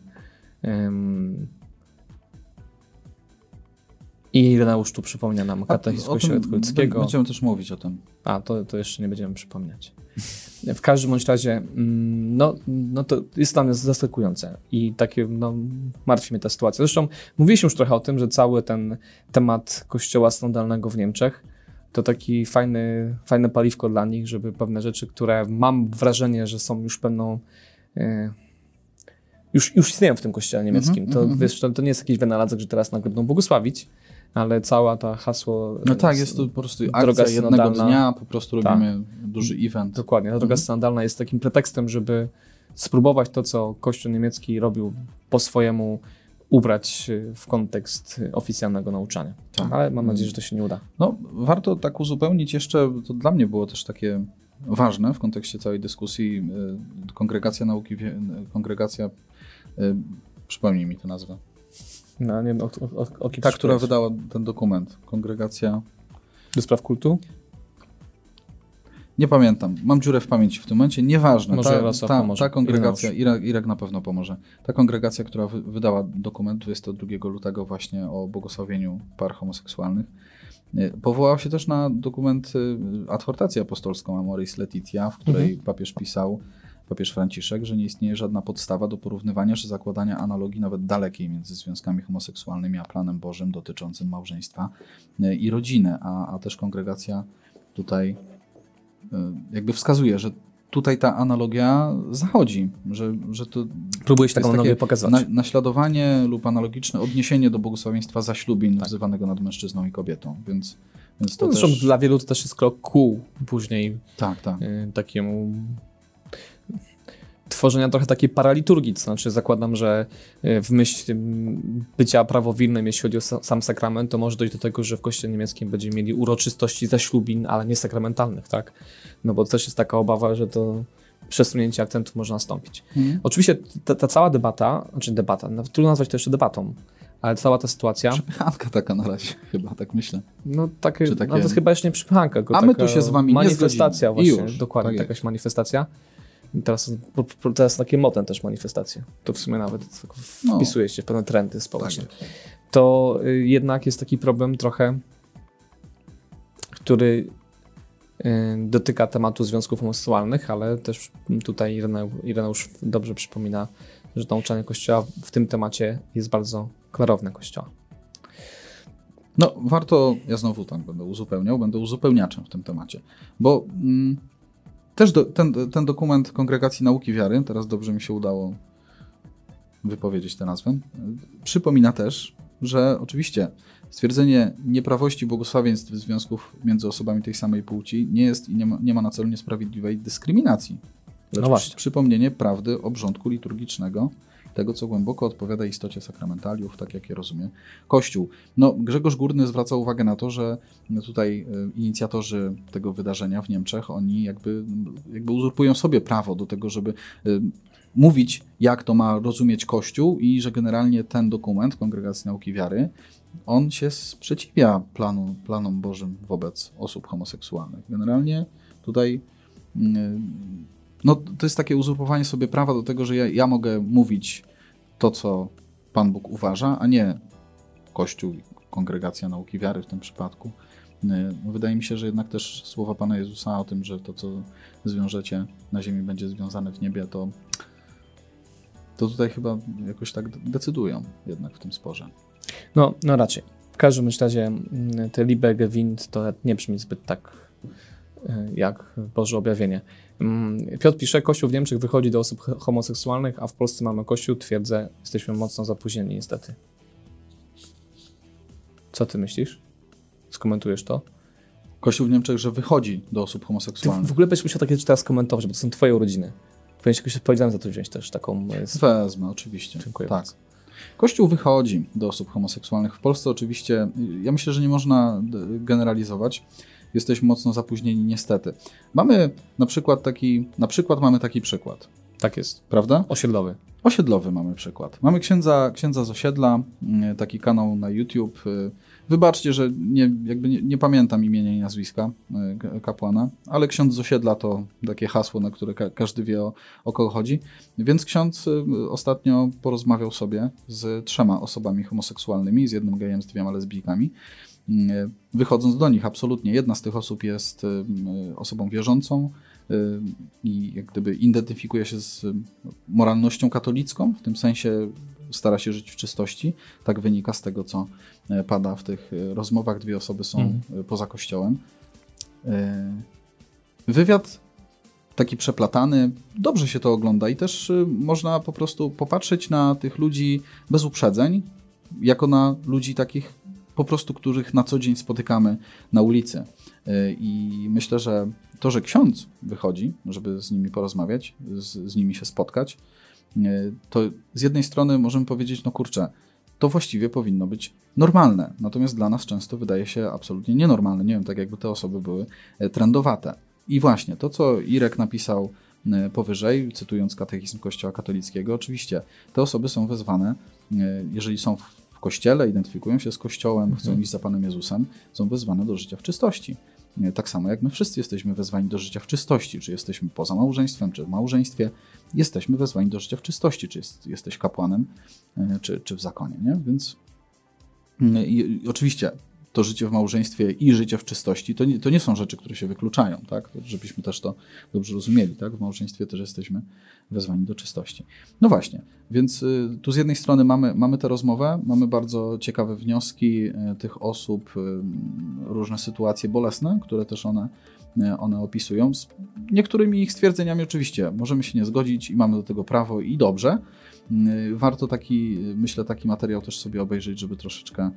C: I Ireneusz tu przypomina nam katechizm Kościoła katolickiego.
B: Będziemy też mówić o tym.
C: To jeszcze nie będziemy przypominać. W każdym bądź razie, no to jest dla mnie zaskakujące i takie, martwi mnie ta sytuacja. Zresztą mówiliśmy już trochę o tym, że cały ten temat kościoła synodalnego w Niemczech to taki fajne paliwko dla nich, żeby pewne rzeczy, które mam wrażenie, że są już pewną... Już istnieją w tym kościele niemieckim. Wiesz, to nie jest jakiś wynalazek, że teraz nagle będą błogosławić, ale cała ta hasło...
B: No tak, jest to po prostu akcja jednego dnia, po prostu robimy duży event.
C: Dokładnie, ta droga synodalna jest takim pretekstem, żeby spróbować to, co Kościół niemiecki robił po swojemu, ubrać w kontekst oficjalnego nauczania. Tak. Ale mam nadzieję, że to się nie uda.
B: No, warto tak uzupełnić jeszcze, to dla mnie było też takie ważne w kontekście całej dyskusji, przypomnij mi tę nazwę.
C: No, nie wiem, o kim
B: ta, która wydała ten dokument. Kongregacja...
C: Do spraw kultu?
B: Nie pamiętam. Mam dziurę w pamięci w tym momencie. Nieważne.
C: Może
B: ta kongregacja, Irek na pewno pomoże. Ta kongregacja, która wydała dokument 22 lutego właśnie o błogosławieniu par homoseksualnych, powołała się też na dokument adhortację apostolską Amoris Laetitia, w której papież Franciszek, że nie istnieje żadna podstawa do porównywania czy zakładania analogii nawet dalekiej między związkami homoseksualnymi a planem Bożym dotyczącym małżeństwa i rodziny, a też kongregacja tutaj jakby wskazuje, że tutaj ta analogia zachodzi, że to
C: próbuje się taką analogię pokazać.
B: Naśladowanie lub analogiczne odniesienie do błogosławieństwa zaślubin wzywanego nad mężczyzną i kobietą, więc to
C: zresztą też... dla wielu to też jest krok ku później takiemu tworzenia trochę takiej paraliturgii, to znaczy zakładam, że w myśl bycia prawowilnym, jeśli chodzi o sam sakrament, to może dojść do tego, że w kościele niemieckim będziemy mieli uroczystości zaślubin, ale nie sakramentalnych, tak? No bo też jest taka obawa, że to przesunięcie akcentów może nastąpić. Oczywiście ta cała debata, trudno nazwać to jeszcze debatą, ale cała ta sytuacja...
B: Przypychanka taka na razie, chyba, tak myślę.
C: No to jest chyba jeszcze nie przypychanka, tylko
B: my tu się z wami
C: manifestacja
B: właśnie,
C: już, dokładnie, tak jakaś manifestacja. Teraz takie modne też manifestacje. To w sumie nawet wpisuje się w pewne trendy społeczne. To jednak jest taki problem trochę który dotyka tematu związków homoseksualnych, ale też tutaj Ireneusz dobrze przypomina, że nauczanie Kościoła w tym temacie jest bardzo klarowne Kościoła.
B: No, warto, ja znowu tak będę uzupełniaczem w tym temacie, bo też ten dokument Kongregacji Nauki Wiary, teraz dobrze mi się udało wypowiedzieć tę nazwę, przypomina też, że oczywiście stwierdzenie nieprawości błogosławieństw związków między osobami tej samej płci nie jest i nie ma na celu niesprawiedliwej dyskryminacji. Lecz
C: właśnie.
B: Przypomnienie prawdy obrządku liturgicznego, tego, co głęboko odpowiada istocie sakramentaliów, tak jak je rozumie Kościół. No, Grzegorz Górny zwraca uwagę na to, że tutaj inicjatorzy tego wydarzenia w Niemczech, oni jakby uzurpują sobie prawo do tego, żeby mówić, jak to ma rozumieć Kościół i że generalnie ten dokument Kongregacji Nauki Wiary, on się sprzeciwia planom Bożym wobec osób homoseksualnych. Generalnie tutaj no, to jest takie uzurpowanie sobie prawa do tego, że ja mogę mówić to, co Pan Bóg uważa, a nie Kościół, Kongregacja Nauki Wiary w tym przypadku. Wydaje mi się, że jednak też słowa Pana Jezusa o tym, że to, co zwiążecie na ziemi, będzie związane w niebie, to tutaj chyba jakoś tak decydują jednak w tym sporze.
C: No raczej. W każdym razie te Liebe gewinnt to nie brzmi zbyt tak jak Boże objawienie. Piotr pisze, Kościół w Niemczech wychodzi do osób homoseksualnych, a w Polsce mamy Kościół, twierdzę, jesteśmy mocno zapóźnieni niestety. Co ty myślisz? Skomentujesz to?
B: Kościół w Niemczech, że wychodzi do osób homoseksualnych.
C: Ty w ogóle byś musiał takie teraz komentować, bo to są twoje urodziny. Powinieneś jakoś odpowiedzialność za to wziąć też taką...
B: Wezmę, oczywiście.
C: Dziękuję
B: tak.
C: bardzo.
B: Kościół wychodzi do osób homoseksualnych. W Polsce oczywiście, ja myślę, że nie można generalizować. Jesteśmy mocno zapóźnieni niestety. Mamy na przykład mamy taki przykład.
C: Tak jest.
B: Prawda?
C: Osiedlowy
B: mamy przykład. Mamy księdza z osiedla, taki kanał na YouTube. Wybaczcie, że nie pamiętam imienia i nazwiska kapłana, ale ksiądz z osiedla to takie hasło, na które każdy wie o kogo chodzi. Więc ksiądz ostatnio porozmawiał sobie z 3 osobami homoseksualnymi, z jednym gejem, z 2 lesbijkami. Wychodząc do nich, absolutnie. Jedna z tych osób jest osobą wierzącą i jak gdyby identyfikuje się z moralnością katolicką, w tym sensie stara się żyć w czystości. Tak wynika z tego, co pada w tych rozmowach. 2 osoby są poza Kościołem. Wywiad taki przeplatany, dobrze się to ogląda i też można po prostu popatrzeć na tych ludzi bez uprzedzeń, jako na ludzi takich po prostu, których na co dzień spotykamy na ulicy. I myślę, że to, że ksiądz wychodzi, żeby z nimi porozmawiać, z nimi się spotkać, to z jednej strony możemy powiedzieć, no kurczę, to właściwie powinno być normalne. Natomiast dla nas często wydaje się absolutnie nienormalne. Nie wiem, tak jakby te osoby były trendowate. I właśnie to, co Irek napisał powyżej, cytując Katechizm Kościoła katolickiego, oczywiście te osoby są wezwane, jeżeli są w Kościele, identyfikują się z Kościołem, chcą iść za Panem Jezusem, są wezwane do życia w czystości. Tak samo jak my wszyscy jesteśmy wezwani do życia w czystości, czy jesteśmy poza małżeństwem, czy w małżeństwie, jesteśmy wezwani do życia w czystości, czy jesteś kapłanem, czy w zakonie, nie? Więc oczywiście to życie w małżeństwie i życie w czystości to nie są rzeczy, które się wykluczają, tak? Żebyśmy też to dobrze rozumieli, tak? W małżeństwie też jesteśmy wezwani do czystości. No właśnie, więc tu z jednej strony mamy tę rozmowę, mamy bardzo ciekawe wnioski tych osób, różne sytuacje bolesne, które też one opisują. Z niektórymi ich stwierdzeniami oczywiście możemy się nie zgodzić i mamy do tego prawo i dobrze. Warto myślę, taki materiał też sobie obejrzeć, żeby troszeczkę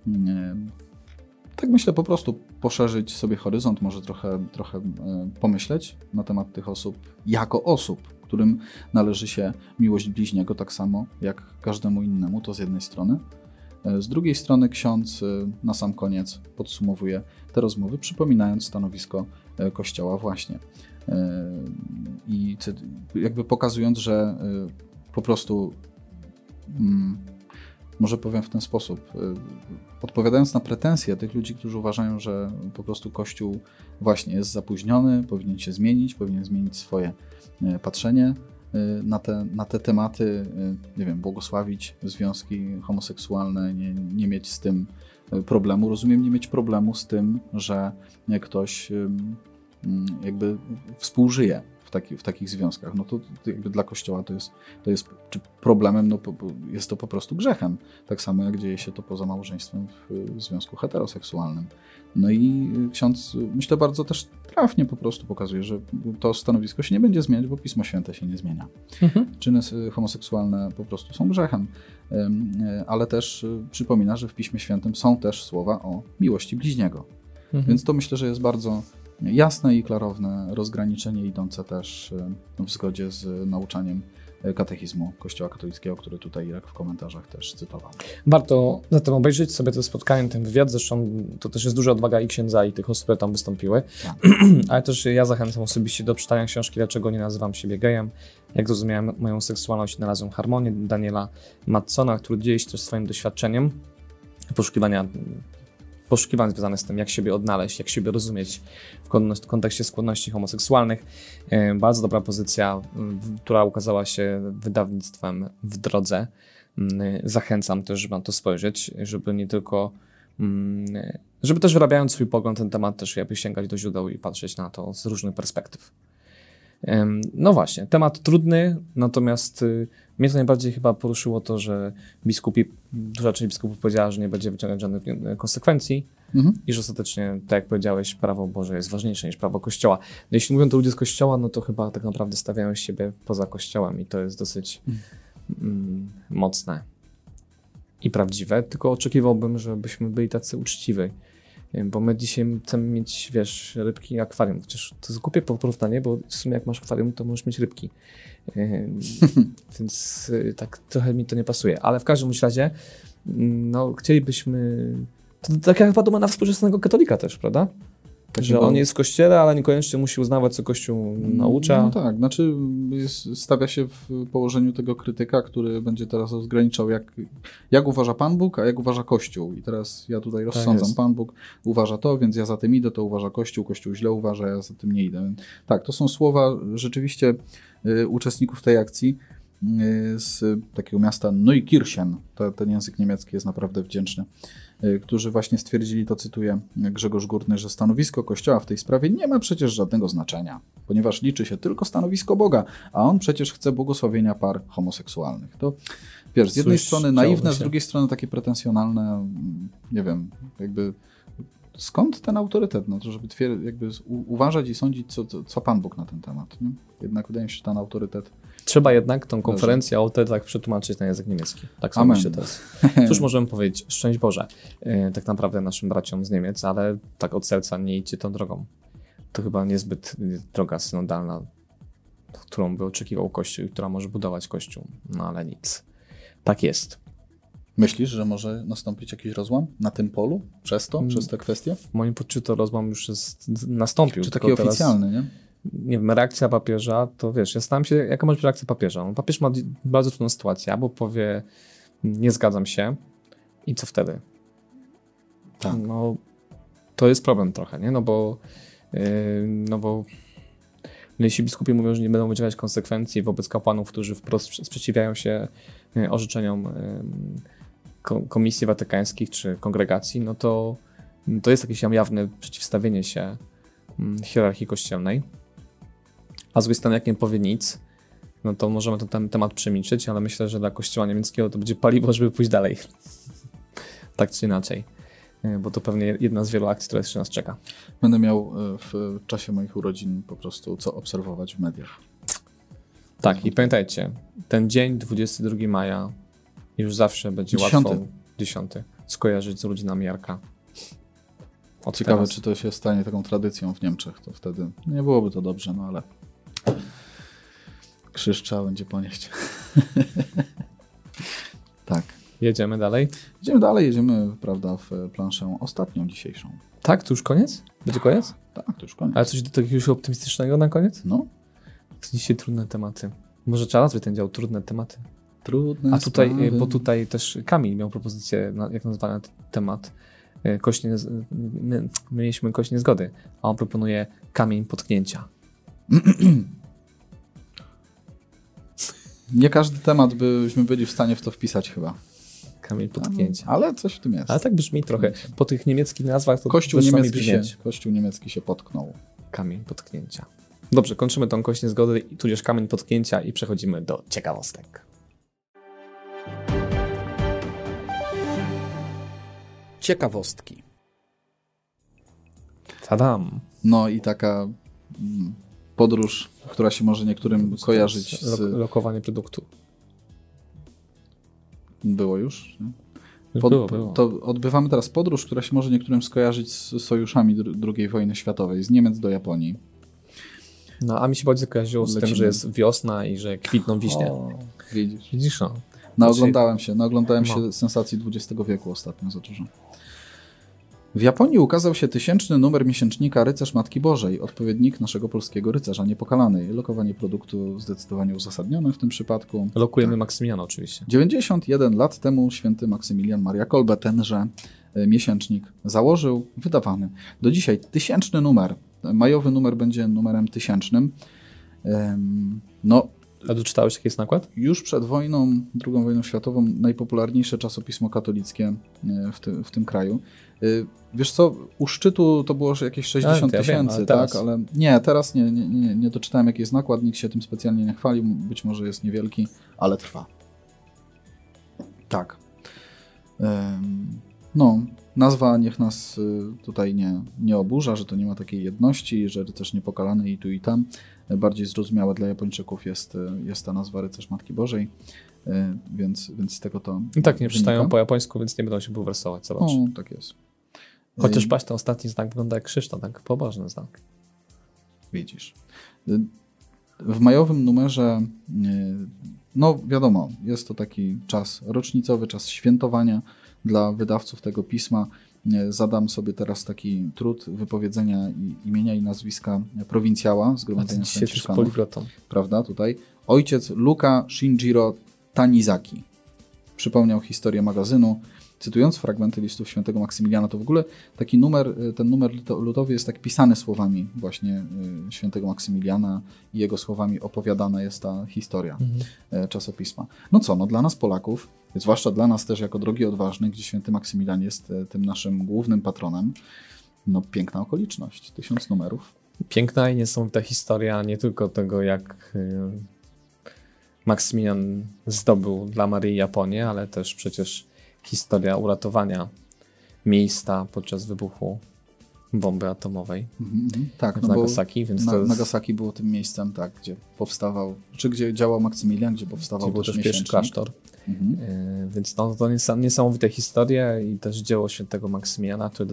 B: tak myślę, po prostu poszerzyć sobie horyzont, może trochę pomyśleć na temat tych osób, jako osób, którym należy się miłość bliźniego, tak samo jak każdemu innemu, to z jednej strony. Z drugiej strony ksiądz na sam koniec podsumowuje te rozmowy, przypominając stanowisko Kościoła właśnie. I jakby pokazując, że po prostu może powiem w ten sposób, odpowiadając na pretensje tych ludzi, którzy uważają, że po prostu Kościół właśnie jest zapóźniony, powinien się zmienić, powinien zmienić swoje patrzenie na te tematy, nie wiem, błogosławić związki homoseksualne, nie mieć z tym problemu. Rozumiem nie mieć problemu z tym, że ktoś jakby współżyje w takich związkach. No to jakby dla Kościoła to jest czy problemem, no jest to po prostu grzechem. Tak samo jak dzieje się to poza małżeństwem w związku heteroseksualnym. No i ksiądz, myślę, bardzo też trafnie po prostu pokazuje, że to stanowisko się nie będzie zmieniać, bo Pismo Święte się nie zmienia. Czyny homoseksualne po prostu są grzechem, ale też przypomina, że w Piśmie Świętym są też słowa o miłości bliźniego. Więc to myślę, że jest bardzo jasne i klarowne rozgraniczenie, idące też w zgodzie z nauczaniem katechizmu Kościoła katolickiego, który tutaj Irek w komentarzach też cytował.
C: Warto zatem obejrzeć sobie to spotkanie, ten wywiad, zresztą to też jest duża odwaga i księdza, i tych osób, które tam wystąpiły, ale też ja zachęcam osobiście do czytania książki Dlaczego nie nazywam siebie gejem, jak zrozumiałem moją seksualność i znalazłem harmonię, Daniela Madsona, który dzieli się też swoim doświadczeniem poszukiwań związane z tym, jak siebie odnaleźć, jak siebie rozumieć w kontekście skłonności homoseksualnych. Bardzo dobra pozycja, która ukazała się wydawnictwem W Drodze. Zachęcam też, żeby na to spojrzeć, żeby nie tylko, żeby też wyrabiając swój pogląd na ten temat, też jakby sięgać do źródeł i patrzeć na to z różnych perspektyw. No właśnie, temat trudny, natomiast mnie to najbardziej chyba poruszyło to, że duża część biskupów powiedziała, że nie będzie wyciągać żadnych konsekwencji i że ostatecznie, tak jak powiedziałeś, prawo Boże jest ważniejsze niż prawo Kościoła. Jeśli mówią to ludzie z Kościoła, no to chyba tak naprawdę stawiają siebie poza Kościołem i to jest dosyć mocne i prawdziwe, tylko oczekiwałbym, żebyśmy byli tacy uczciwi. Bo my dzisiaj chcemy mieć, wiesz, rybki i akwarium. Chociaż to jest głupie porównanie, bo w sumie jak masz akwarium, to możesz mieć rybki. Więc tak trochę mi to nie pasuje. Ale w każdym razie, no chcielibyśmy... To tak jak chyba na współczesnego katolika też, prawda? Że on jest w kościele, ale niekoniecznie musi uznawać, co Kościół naucza.
B: No tak, znaczy stawia się w położeniu tego krytyka, który będzie teraz rozgraniczał, jak uważa Pan Bóg, a jak uważa Kościół. I teraz ja tutaj rozsądzam, Pan Bóg uważa to, więc ja za tym idę, to uważa Kościół, Kościół źle uważa, ja za tym nie idę. Tak, to są słowa rzeczywiście uczestników tej akcji z takiego miasta Neukirchen. Ten język niemiecki jest naprawdę wdzięczny. Którzy właśnie stwierdzili, to cytuję Grzegorz Górny, że stanowisko Kościoła w tej sprawie nie ma przecież żadnego znaczenia, ponieważ liczy się tylko stanowisko Boga, a on przecież chce błogosławienia par homoseksualnych. To wiesz, z jednej strony naiwne, z drugiej strony takie pretensjonalne, nie wiem, jakby skąd ten autorytet na to, żeby jakby uważać i sądzić, co Pan Bóg na ten temat. Nie? Jednak wydaje mi się, że ten autorytet...
C: Trzeba jednak tą konferencję o autorytetach przetłumaczyć na język niemiecki. Tak samo myślę teraz. Cóż możemy powiedzieć? Szczęść Boże. Tak naprawdę naszym braciom z Niemiec, ale tak od serca nie idźcie tą drogą. To chyba niezbyt droga synodalna, którą by oczekiwał Kościół i która może budować Kościół. No ale nic. Tak jest.
B: Myślisz, że może nastąpić jakiś rozłam na tym polu? Przez te kwestie?
C: W moim poczuciu to rozłam już nastąpił.
B: Czy taki oficjalny, nie?
C: Nie wiem, reakcja papieża, to wiesz, ja zastanawiam się, jaka może być reakcja papieża. No, papież ma bardzo trudną sytuację, albo powie, nie zgadzam się i co wtedy?
B: Tak.
C: No, to jest problem trochę, nie? No bo jeśli biskupi mówią, że nie będą wyciągać konsekwencji wobec kapłanów, którzy wprost sprzeciwiają się orzeczeniom komisji watykańskich czy kongregacji, no to jest jakieś jawne przeciwstawienie się hierarchii kościelnej. A z drugiej strony, jak nie powie nic, no to możemy ten temat przemilczeć, ale myślę, że dla Kościoła niemieckiego to będzie paliwo, żeby pójść dalej. Tak czy inaczej. Bo to pewnie jedna z wielu akcji, która jeszcze nas czeka.
B: Będę miał w czasie moich urodzin po prostu co obserwować w mediach.
C: Tak, i pamiętajcie, ten dzień 22 maja już zawsze będzie 10. skojarzyć z urodzinami Jarka.
B: Ciekawe, czy to się stanie taką tradycją w Niemczech, to wtedy nie byłoby to dobrze, no ale krzyż trzeba będzie ponieść. Tak.
C: Jedziemy dalej?
B: Jedziemy, prawda, w planszę ostatnią dzisiejszą.
C: Tak? To już koniec? Będzie koniec?
B: Tak, to już koniec.
C: Ale coś do jakiegoś optymistycznego na koniec?
B: No.
C: Dzisiaj trudne tematy. Może trzeba nazwać ten dział trudne tematy.
B: Trudne
C: tutaj,
B: sprawy.
C: bo tutaj też Kamil miał propozycję, jak nazwany temat. My mieliśmy kość niezgody, a on proponuje kamień potknięcia.
B: Nie każdy temat byśmy byli w stanie w to wpisać chyba.
C: Kamień potknięcia.
B: Ale coś w tym jest.
C: Ale tak brzmi trochę. Po tych niemieckich nazwach to
B: Kościół niemiecki się potknął.
C: Kamień potknięcia. Dobrze, kończymy tą kość niezgody, tudzież kamień potknięcia i przechodzimy do ciekawostek.
A: Ciekawostki.
C: Tadam.
B: No i taka podróż, która się może niektórym kojarzyć z...
C: Lokowanie produktu.
B: Było już?
C: Było.
B: To odbywamy teraz podróż, która się może niektórym skojarzyć z sojuszami II wojny światowej, z Niemiec do Japonii.
C: No, a mi się bardziej kojarzyło z tym, że jest wiosna i że kwitną wiśnie.
B: Widzisz,
C: no.
B: Naoglądałem się sensacji XX wieku ostatnio za dużo. W Japonii ukazał się 1000 numer miesięcznika Rycerz Matki Bożej, odpowiednik naszego polskiego Rycerza Niepokalanej. Lokowanie produktu zdecydowanie uzasadnione w tym przypadku.
C: Lokujemy Maksymiliana oczywiście.
B: 91 lat temu święty Maksymilian Maria Kolbe tenże miesięcznik założył, wydawany. Do dzisiaj 1000 numer. Majowy numer będzie numerem 1000.
C: A doczytałeś jaki jest nakład?
B: Już przed wojną, II wojną światową, najpopularniejsze czasopismo katolickie w tym kraju. Wiesz co, u szczytu to było jakieś 60 000, tak? Ale nie, teraz nie doczytałem jaki jest nakład, nikt się tym specjalnie nie chwalił, być może jest niewielki, ale trwa. Tak. Nazwa niech nas tutaj nie oburza, że to nie ma takiej jedności, że Rycerz Niepokalany i tu i tam. Bardziej zrozumiałe dla Japończyków jest ta nazwa Rycerz Matki Bożej, więc z tego to
C: i tak nie czytają po japońsku, więc nie będą się bulwersować, zobacz.
B: Tak jest.
C: Chociaż patrz, ten ostatni znak wygląda jak krzyż, to tak pobożny znak.
B: Widzisz. W majowym numerze, wiadomo, jest to taki czas rocznicowy, czas świętowania dla wydawców tego pisma. Zadam sobie teraz taki trud wypowiedzenia imienia i nazwiska prowincjała Zgromadzenia Franciszkanów. Prawda, tutaj. Ojciec Luka Shinjiro Tanizaki. Przypomniał historię magazynu, cytując fragmenty listów świętego Maksymiliana. To w ogóle taki ten numer lutowy jest tak pisany słowami właśnie świętego Maksymiliana i jego słowami opowiadana jest ta historia czasopisma. Dla nas Polaków, zwłaszcza dla nas też jako drogi odważny, gdzie święty Maksymilian jest tym naszym głównym patronem, piękna okoliczność, 1000 numerów.
C: Piękna i niesamowita historia nie tylko tego, jak Maksymilian zdobył dla Maryi Japonię, ale też przecież historia uratowania miejsca podczas wybuchu bomby atomowej w Nagasaki. Więc
B: Nagasaki było tym miejscem, gdzie powstawał, czy gdzie działał Maksymilian, gdzie powstawał
C: był też pierwszy klasztor. Więc to niesamowite historie i też dzieło świętego Maksymiliana, które do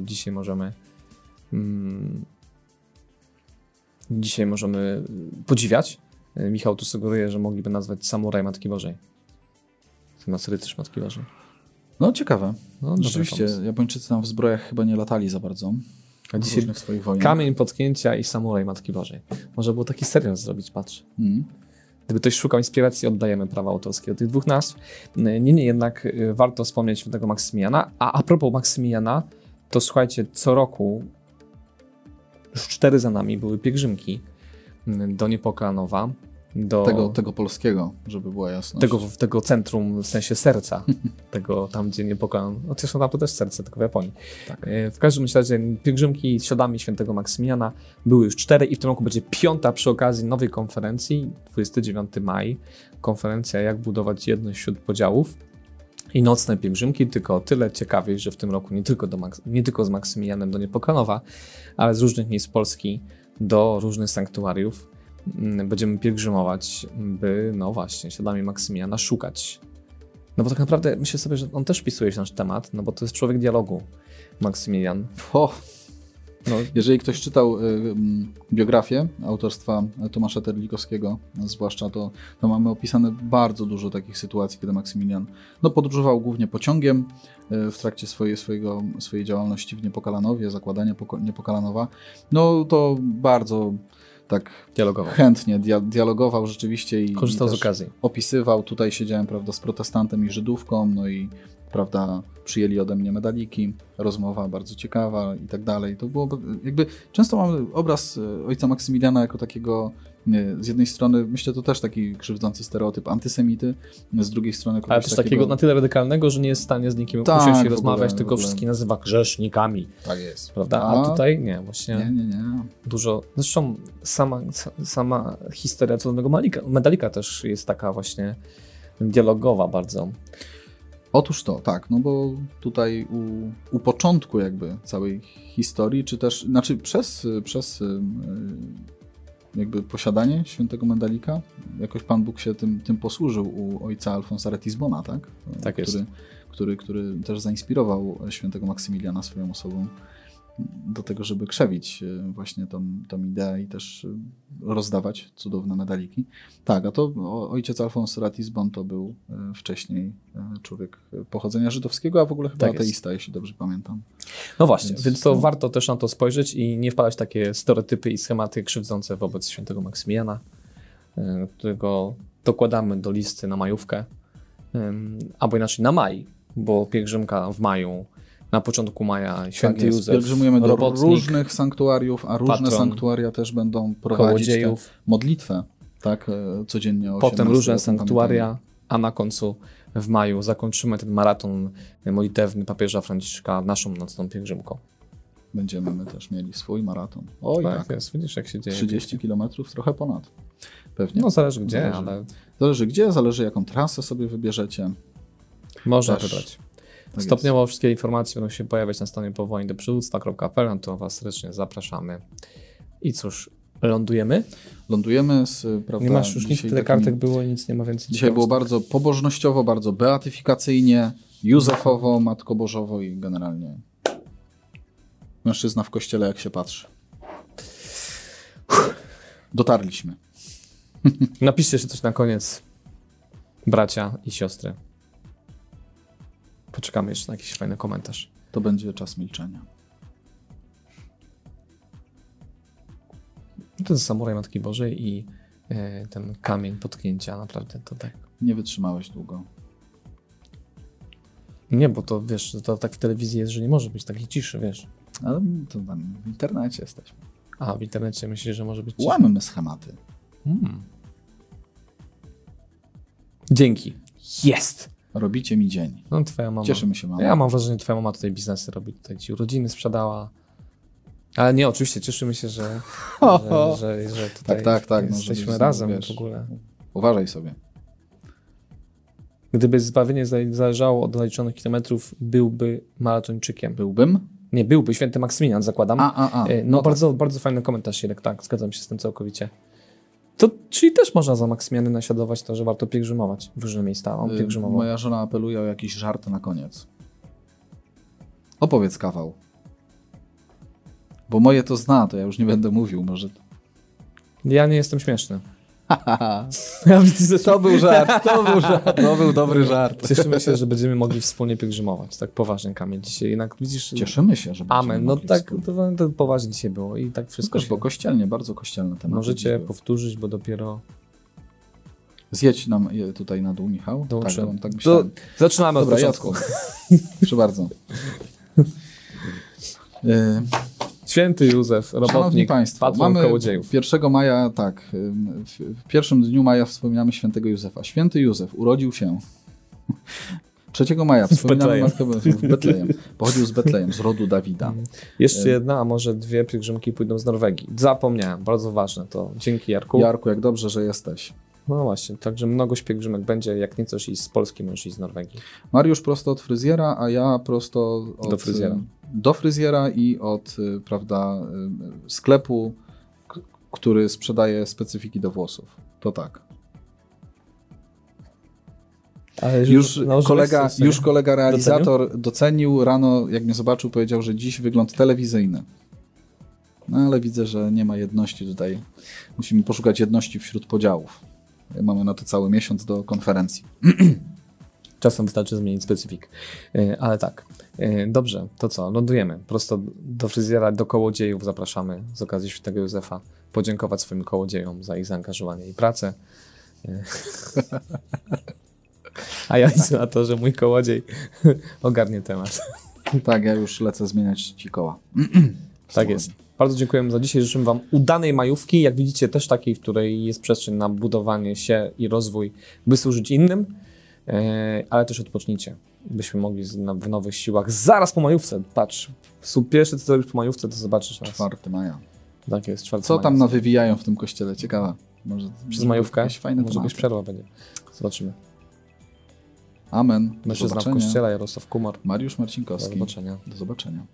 C: dzisiaj możemy podziwiać. Michał tu sugeruje, że mogliby nazwać samuraj Matki Bożej. Zamiast Rycerz Matki Bożej.
B: Ciekawe. Rzeczywiście, Japończycy tam w zbrojach chyba nie latali za bardzo.
C: A dzisiaj swoich wojnach. Kamień potknięcia i samuraj Matki Bożej. Może było taki serial zrobić, patrz. Gdyby ktoś szukał inspiracji, oddajemy prawa autorskie do tych dwóch nazw. Niemniej jednak warto wspomnieć świętego Maksymiliana. A propos Maksymiliana, to słuchajcie, co roku już 4 za nami były pielgrzymki do Niepokalanowa.
B: Tego polskiego, żeby była jasność.
C: Tego centrum, w sensie serca. tego tam, gdzie Niepokalano. Zresztą tam to też serce, tylko w Japonii. Tak. W każdym razie pielgrzymki śladami świętego Maksymiliana były już 4 i w tym roku będzie 5. przy okazji nowej konferencji, 29 maj. Konferencja Jak budować jedność wśród podziałów. I nocne pielgrzymki, tylko o tyle ciekawie, że w tym roku nie tylko z Maksymilianem do Niepokanowa, ale z różnych miejsc Polski do różnych sanktuariów będziemy pielgrzymować, by śladami Maksymiliana szukać. Bo tak naprawdę myślę sobie, że on też wpisuje się w nasz temat, bo to jest człowiek dialogu, Maksymilian.
B: Jeżeli ktoś czytał biografię autorstwa Tomasza Terlikowskiego, zwłaszcza, to mamy opisane bardzo dużo takich sytuacji, kiedy Maksymilian podróżował głównie pociągiem w trakcie swojej działalności w Niepokalanowie, zakładania Niepokalanowa. To bardzo tak chętnie dialogował rzeczywiście i
C: korzystał z okazji.
B: Opisywał, tutaj siedziałem, z protestantem i Żydówką, i prawda, przyjęli ode mnie medaliki, rozmowa bardzo ciekawa i tak dalej. To było jakby, często mamy obraz ojca Maksymiliana jako takiego, z jednej strony, myślę, to też taki krzywdzący stereotyp antysemity, z drugiej strony
C: ale też takiego na tyle radykalnego, że nie jest w stanie z nikim usiąść i rozmawiać, tylko wszystkich nazywa grzesznikami.
B: Tak jest.
C: Prawda? A tutaj nie, właśnie
B: nie.
C: Dużo, zresztą sama historia cudownego medalika też jest taka właśnie dialogowa bardzo.
B: Otóż to, tak, no bo tutaj u początku jakby całej historii, czy też, znaczy przez jakby posiadanie świętego medalika, jakoś Pan Bóg się tym posłużył u ojca Alfonsa Ratisbona, tak?
C: Tak jest.
B: Który też zainspirował świętego Maksymiliana swoją osobą do tego, żeby krzewić właśnie tą ideę i też rozdawać cudowne medaliki. Tak, a to ojciec Alfons Ratisbon to był wcześniej człowiek pochodzenia żydowskiego, a w ogóle chyba ateista, jeśli dobrze pamiętam.
C: No właśnie, więc to warto też na to spojrzeć i nie wpadać w takie stereotypy i schematy krzywdzące wobec świętego Maksymiliana, którego dokładamy do listy na majówkę, albo inaczej na maj, bo pielgrzymka w maju, na początku maja, święty Józef,
B: pielgrzymujemy do
C: robotnik,
B: różnych sanktuariów, a różne sanktuaria też będą prowadzić modlitwę, tak, codziennie o 18.
C: Potem różne sanktuaria, a na końcu w maju zakończymy ten maraton modlitewny papieża Franciszka naszą nocną pielgrzymką.
B: Będziemy my też mieli swój maraton. Oj,
C: tak. Jest, widzisz, jak się dzieje.
B: 30 kilometrów, trochę ponad. Pewnie.
C: No zależy gdzie, ale...
B: Zależy gdzie, zależy jaką trasę sobie wybierzecie.
C: Można wybrać. Tak stopniowo jest. Wszystkie informacje będą się pojawiać na stronie powolnidoprzywództwa.pl, na to Was serdecznie zapraszamy. I cóż, lądujemy?
B: Lądujemy prawda,
C: nie masz już nic, tyle kartek było i nic nie ma więcej.
B: Dzisiaj było bardzo pobożnościowo, bardzo beatyfikacyjnie, józefowo, matkobożowo i generalnie mężczyzna w kościele, jak się patrzy. Dotarliśmy.
C: Napiszcie jeszcze coś na koniec, bracia i siostry. Poczekamy jeszcze na jakiś fajny komentarz.
B: To będzie czas milczenia.
C: Ten samuraj Matki Bożej i ten kamień potknięcia, naprawdę to tak.
B: Nie wytrzymałeś długo.
C: Nie, bo to wiesz, to tak w telewizji jest, że nie może być takiej ciszy, wiesz.
B: Ale to tam w internecie jesteśmy.
C: A, w internecie myślisz, że może być ciszy?
B: Łamemy schematy.
C: Dzięki. Jest!
B: Robicie mi dzień.
C: No, twoja mama.
B: Cieszymy się, mama.
C: Ja mam wrażenie, że twoja mama tutaj biznesy robi, tutaj ci urodziny sprzedała. Ale nie, oczywiście cieszymy się, że tutaj
B: tak,
C: jesteśmy
B: no,
C: razem
B: wiesz,
C: w ogóle.
B: Uważaj sobie.
C: Gdyby zbawienie zależało od naliczonych kilometrów, byłby maratończykiem.
B: Byłbym?
C: Nie, byłby święty Maksymilian, zakładam. No bardzo,
B: tak.
C: bardzo fajny komentarz, Irek, tak, zgadzam się z tym całkowicie. To, czyli też można za Maksymiliany naśladować to, że warto pielgrzymować w różne miejsca. On pielgrzymował.
B: Moja żona apeluje o jakiś żart na koniec. Opowiedz kawał. Bo moje to zna, to ja już nie będę mówił, może...
C: Ja nie jestem śmieszny.
B: To był żart, to był dobry żart.
C: Cieszymy się, że będziemy mogli wspólnie pielgrzymować. Tak poważnie, Kamil. Dzisiaj jednak widzisz...
B: Cieszymy się, że będziemy
C: Amen. No tak, to poważnie dzisiaj było i tak wszystko
B: bo kościelnie, bardzo kościelne tematy.
C: Możecie powtórzyć, bo dopiero...
B: Zjedź nam tutaj na dół, Michał.
C: Dołączyłem.
B: Tak myślałem.
C: Zaczynamy od
B: początku. Proszę bardzo.
C: Święty Józef, robotnik, patron kołodziejów.
B: 1 maja, tak, w pierwszym dniu maja wspominamy świętego Józefa. Święty Józef urodził się 3 maja, wspominamy Matkę w Betlejem. Pochodził z Betlejem, z rodu Dawida.
C: Jeszcze jedna, a może 2 pielgrzymki pójdą z Norwegii. Zapomniałem, bardzo ważne to. Dzięki, Jarku.
B: Jarku, jak dobrze, że jesteś.
C: No właśnie, także mnogość pielgrzymek będzie, jak nie chcesz iść z Polski, możesz iść z Norwegii.
B: Mariusz prosto od fryzjera, a ja prosto do fryzjera i od, prawda, sklepu, który sprzedaje specyfiki do włosów. To tak.
C: Ale
B: już kolega realizator docenił rano, jak mnie zobaczył, powiedział, że dziś wygląd telewizyjny. No ale widzę, że nie ma jedności tutaj. Musimy poszukać jedności wśród podziałów. Mamy na to cały miesiąc do konferencji.
C: Czasem wystarczy zmienić specyfik. Ale tak. Dobrze, to co? Lądujemy. Prosto do fryzjera, do kołodziejów zapraszamy z okazji świętego Józefa. Podziękować swoim kołodziejom za ich zaangażowanie i pracę. A ja liczę na to, że mój kołodziej ogarnie temat.
B: Tak, ja już lecę zmieniać ci koła.
C: Tak jest. Bardzo dziękujemy za dzisiaj. Życzymy wam udanej majówki. Jak widzicie, też takiej, w której jest przestrzeń na budowanie się i rozwój, by służyć innym, ale też odpocznijcie, byśmy mogli w nowych siłach zaraz po majówce. Patrz, pierwsze co zrobisz po majówce, to zobaczysz nas.
B: 4 maja.
C: Tak jest, 4
B: Co
C: maja.
B: tam nawywijają w tym kościele? Ciekawe. Może
C: przez majówkę?
B: Jakieś fajne
C: może
B: tematy.
C: jakaś przerwa będzie. Zobaczymy.
B: Amen.
C: Mężczyzna w kościele, Jarosław Kumar.
B: Mariusz Marcinkowski.
C: Do zobaczenia.
B: Do zobaczenia.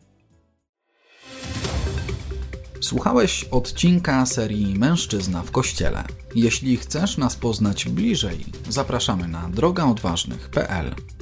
A: Słuchałeś odcinka serii Mężczyzna w Kościele. Jeśli chcesz nas poznać bliżej, zapraszamy na drogaodważnych.pl.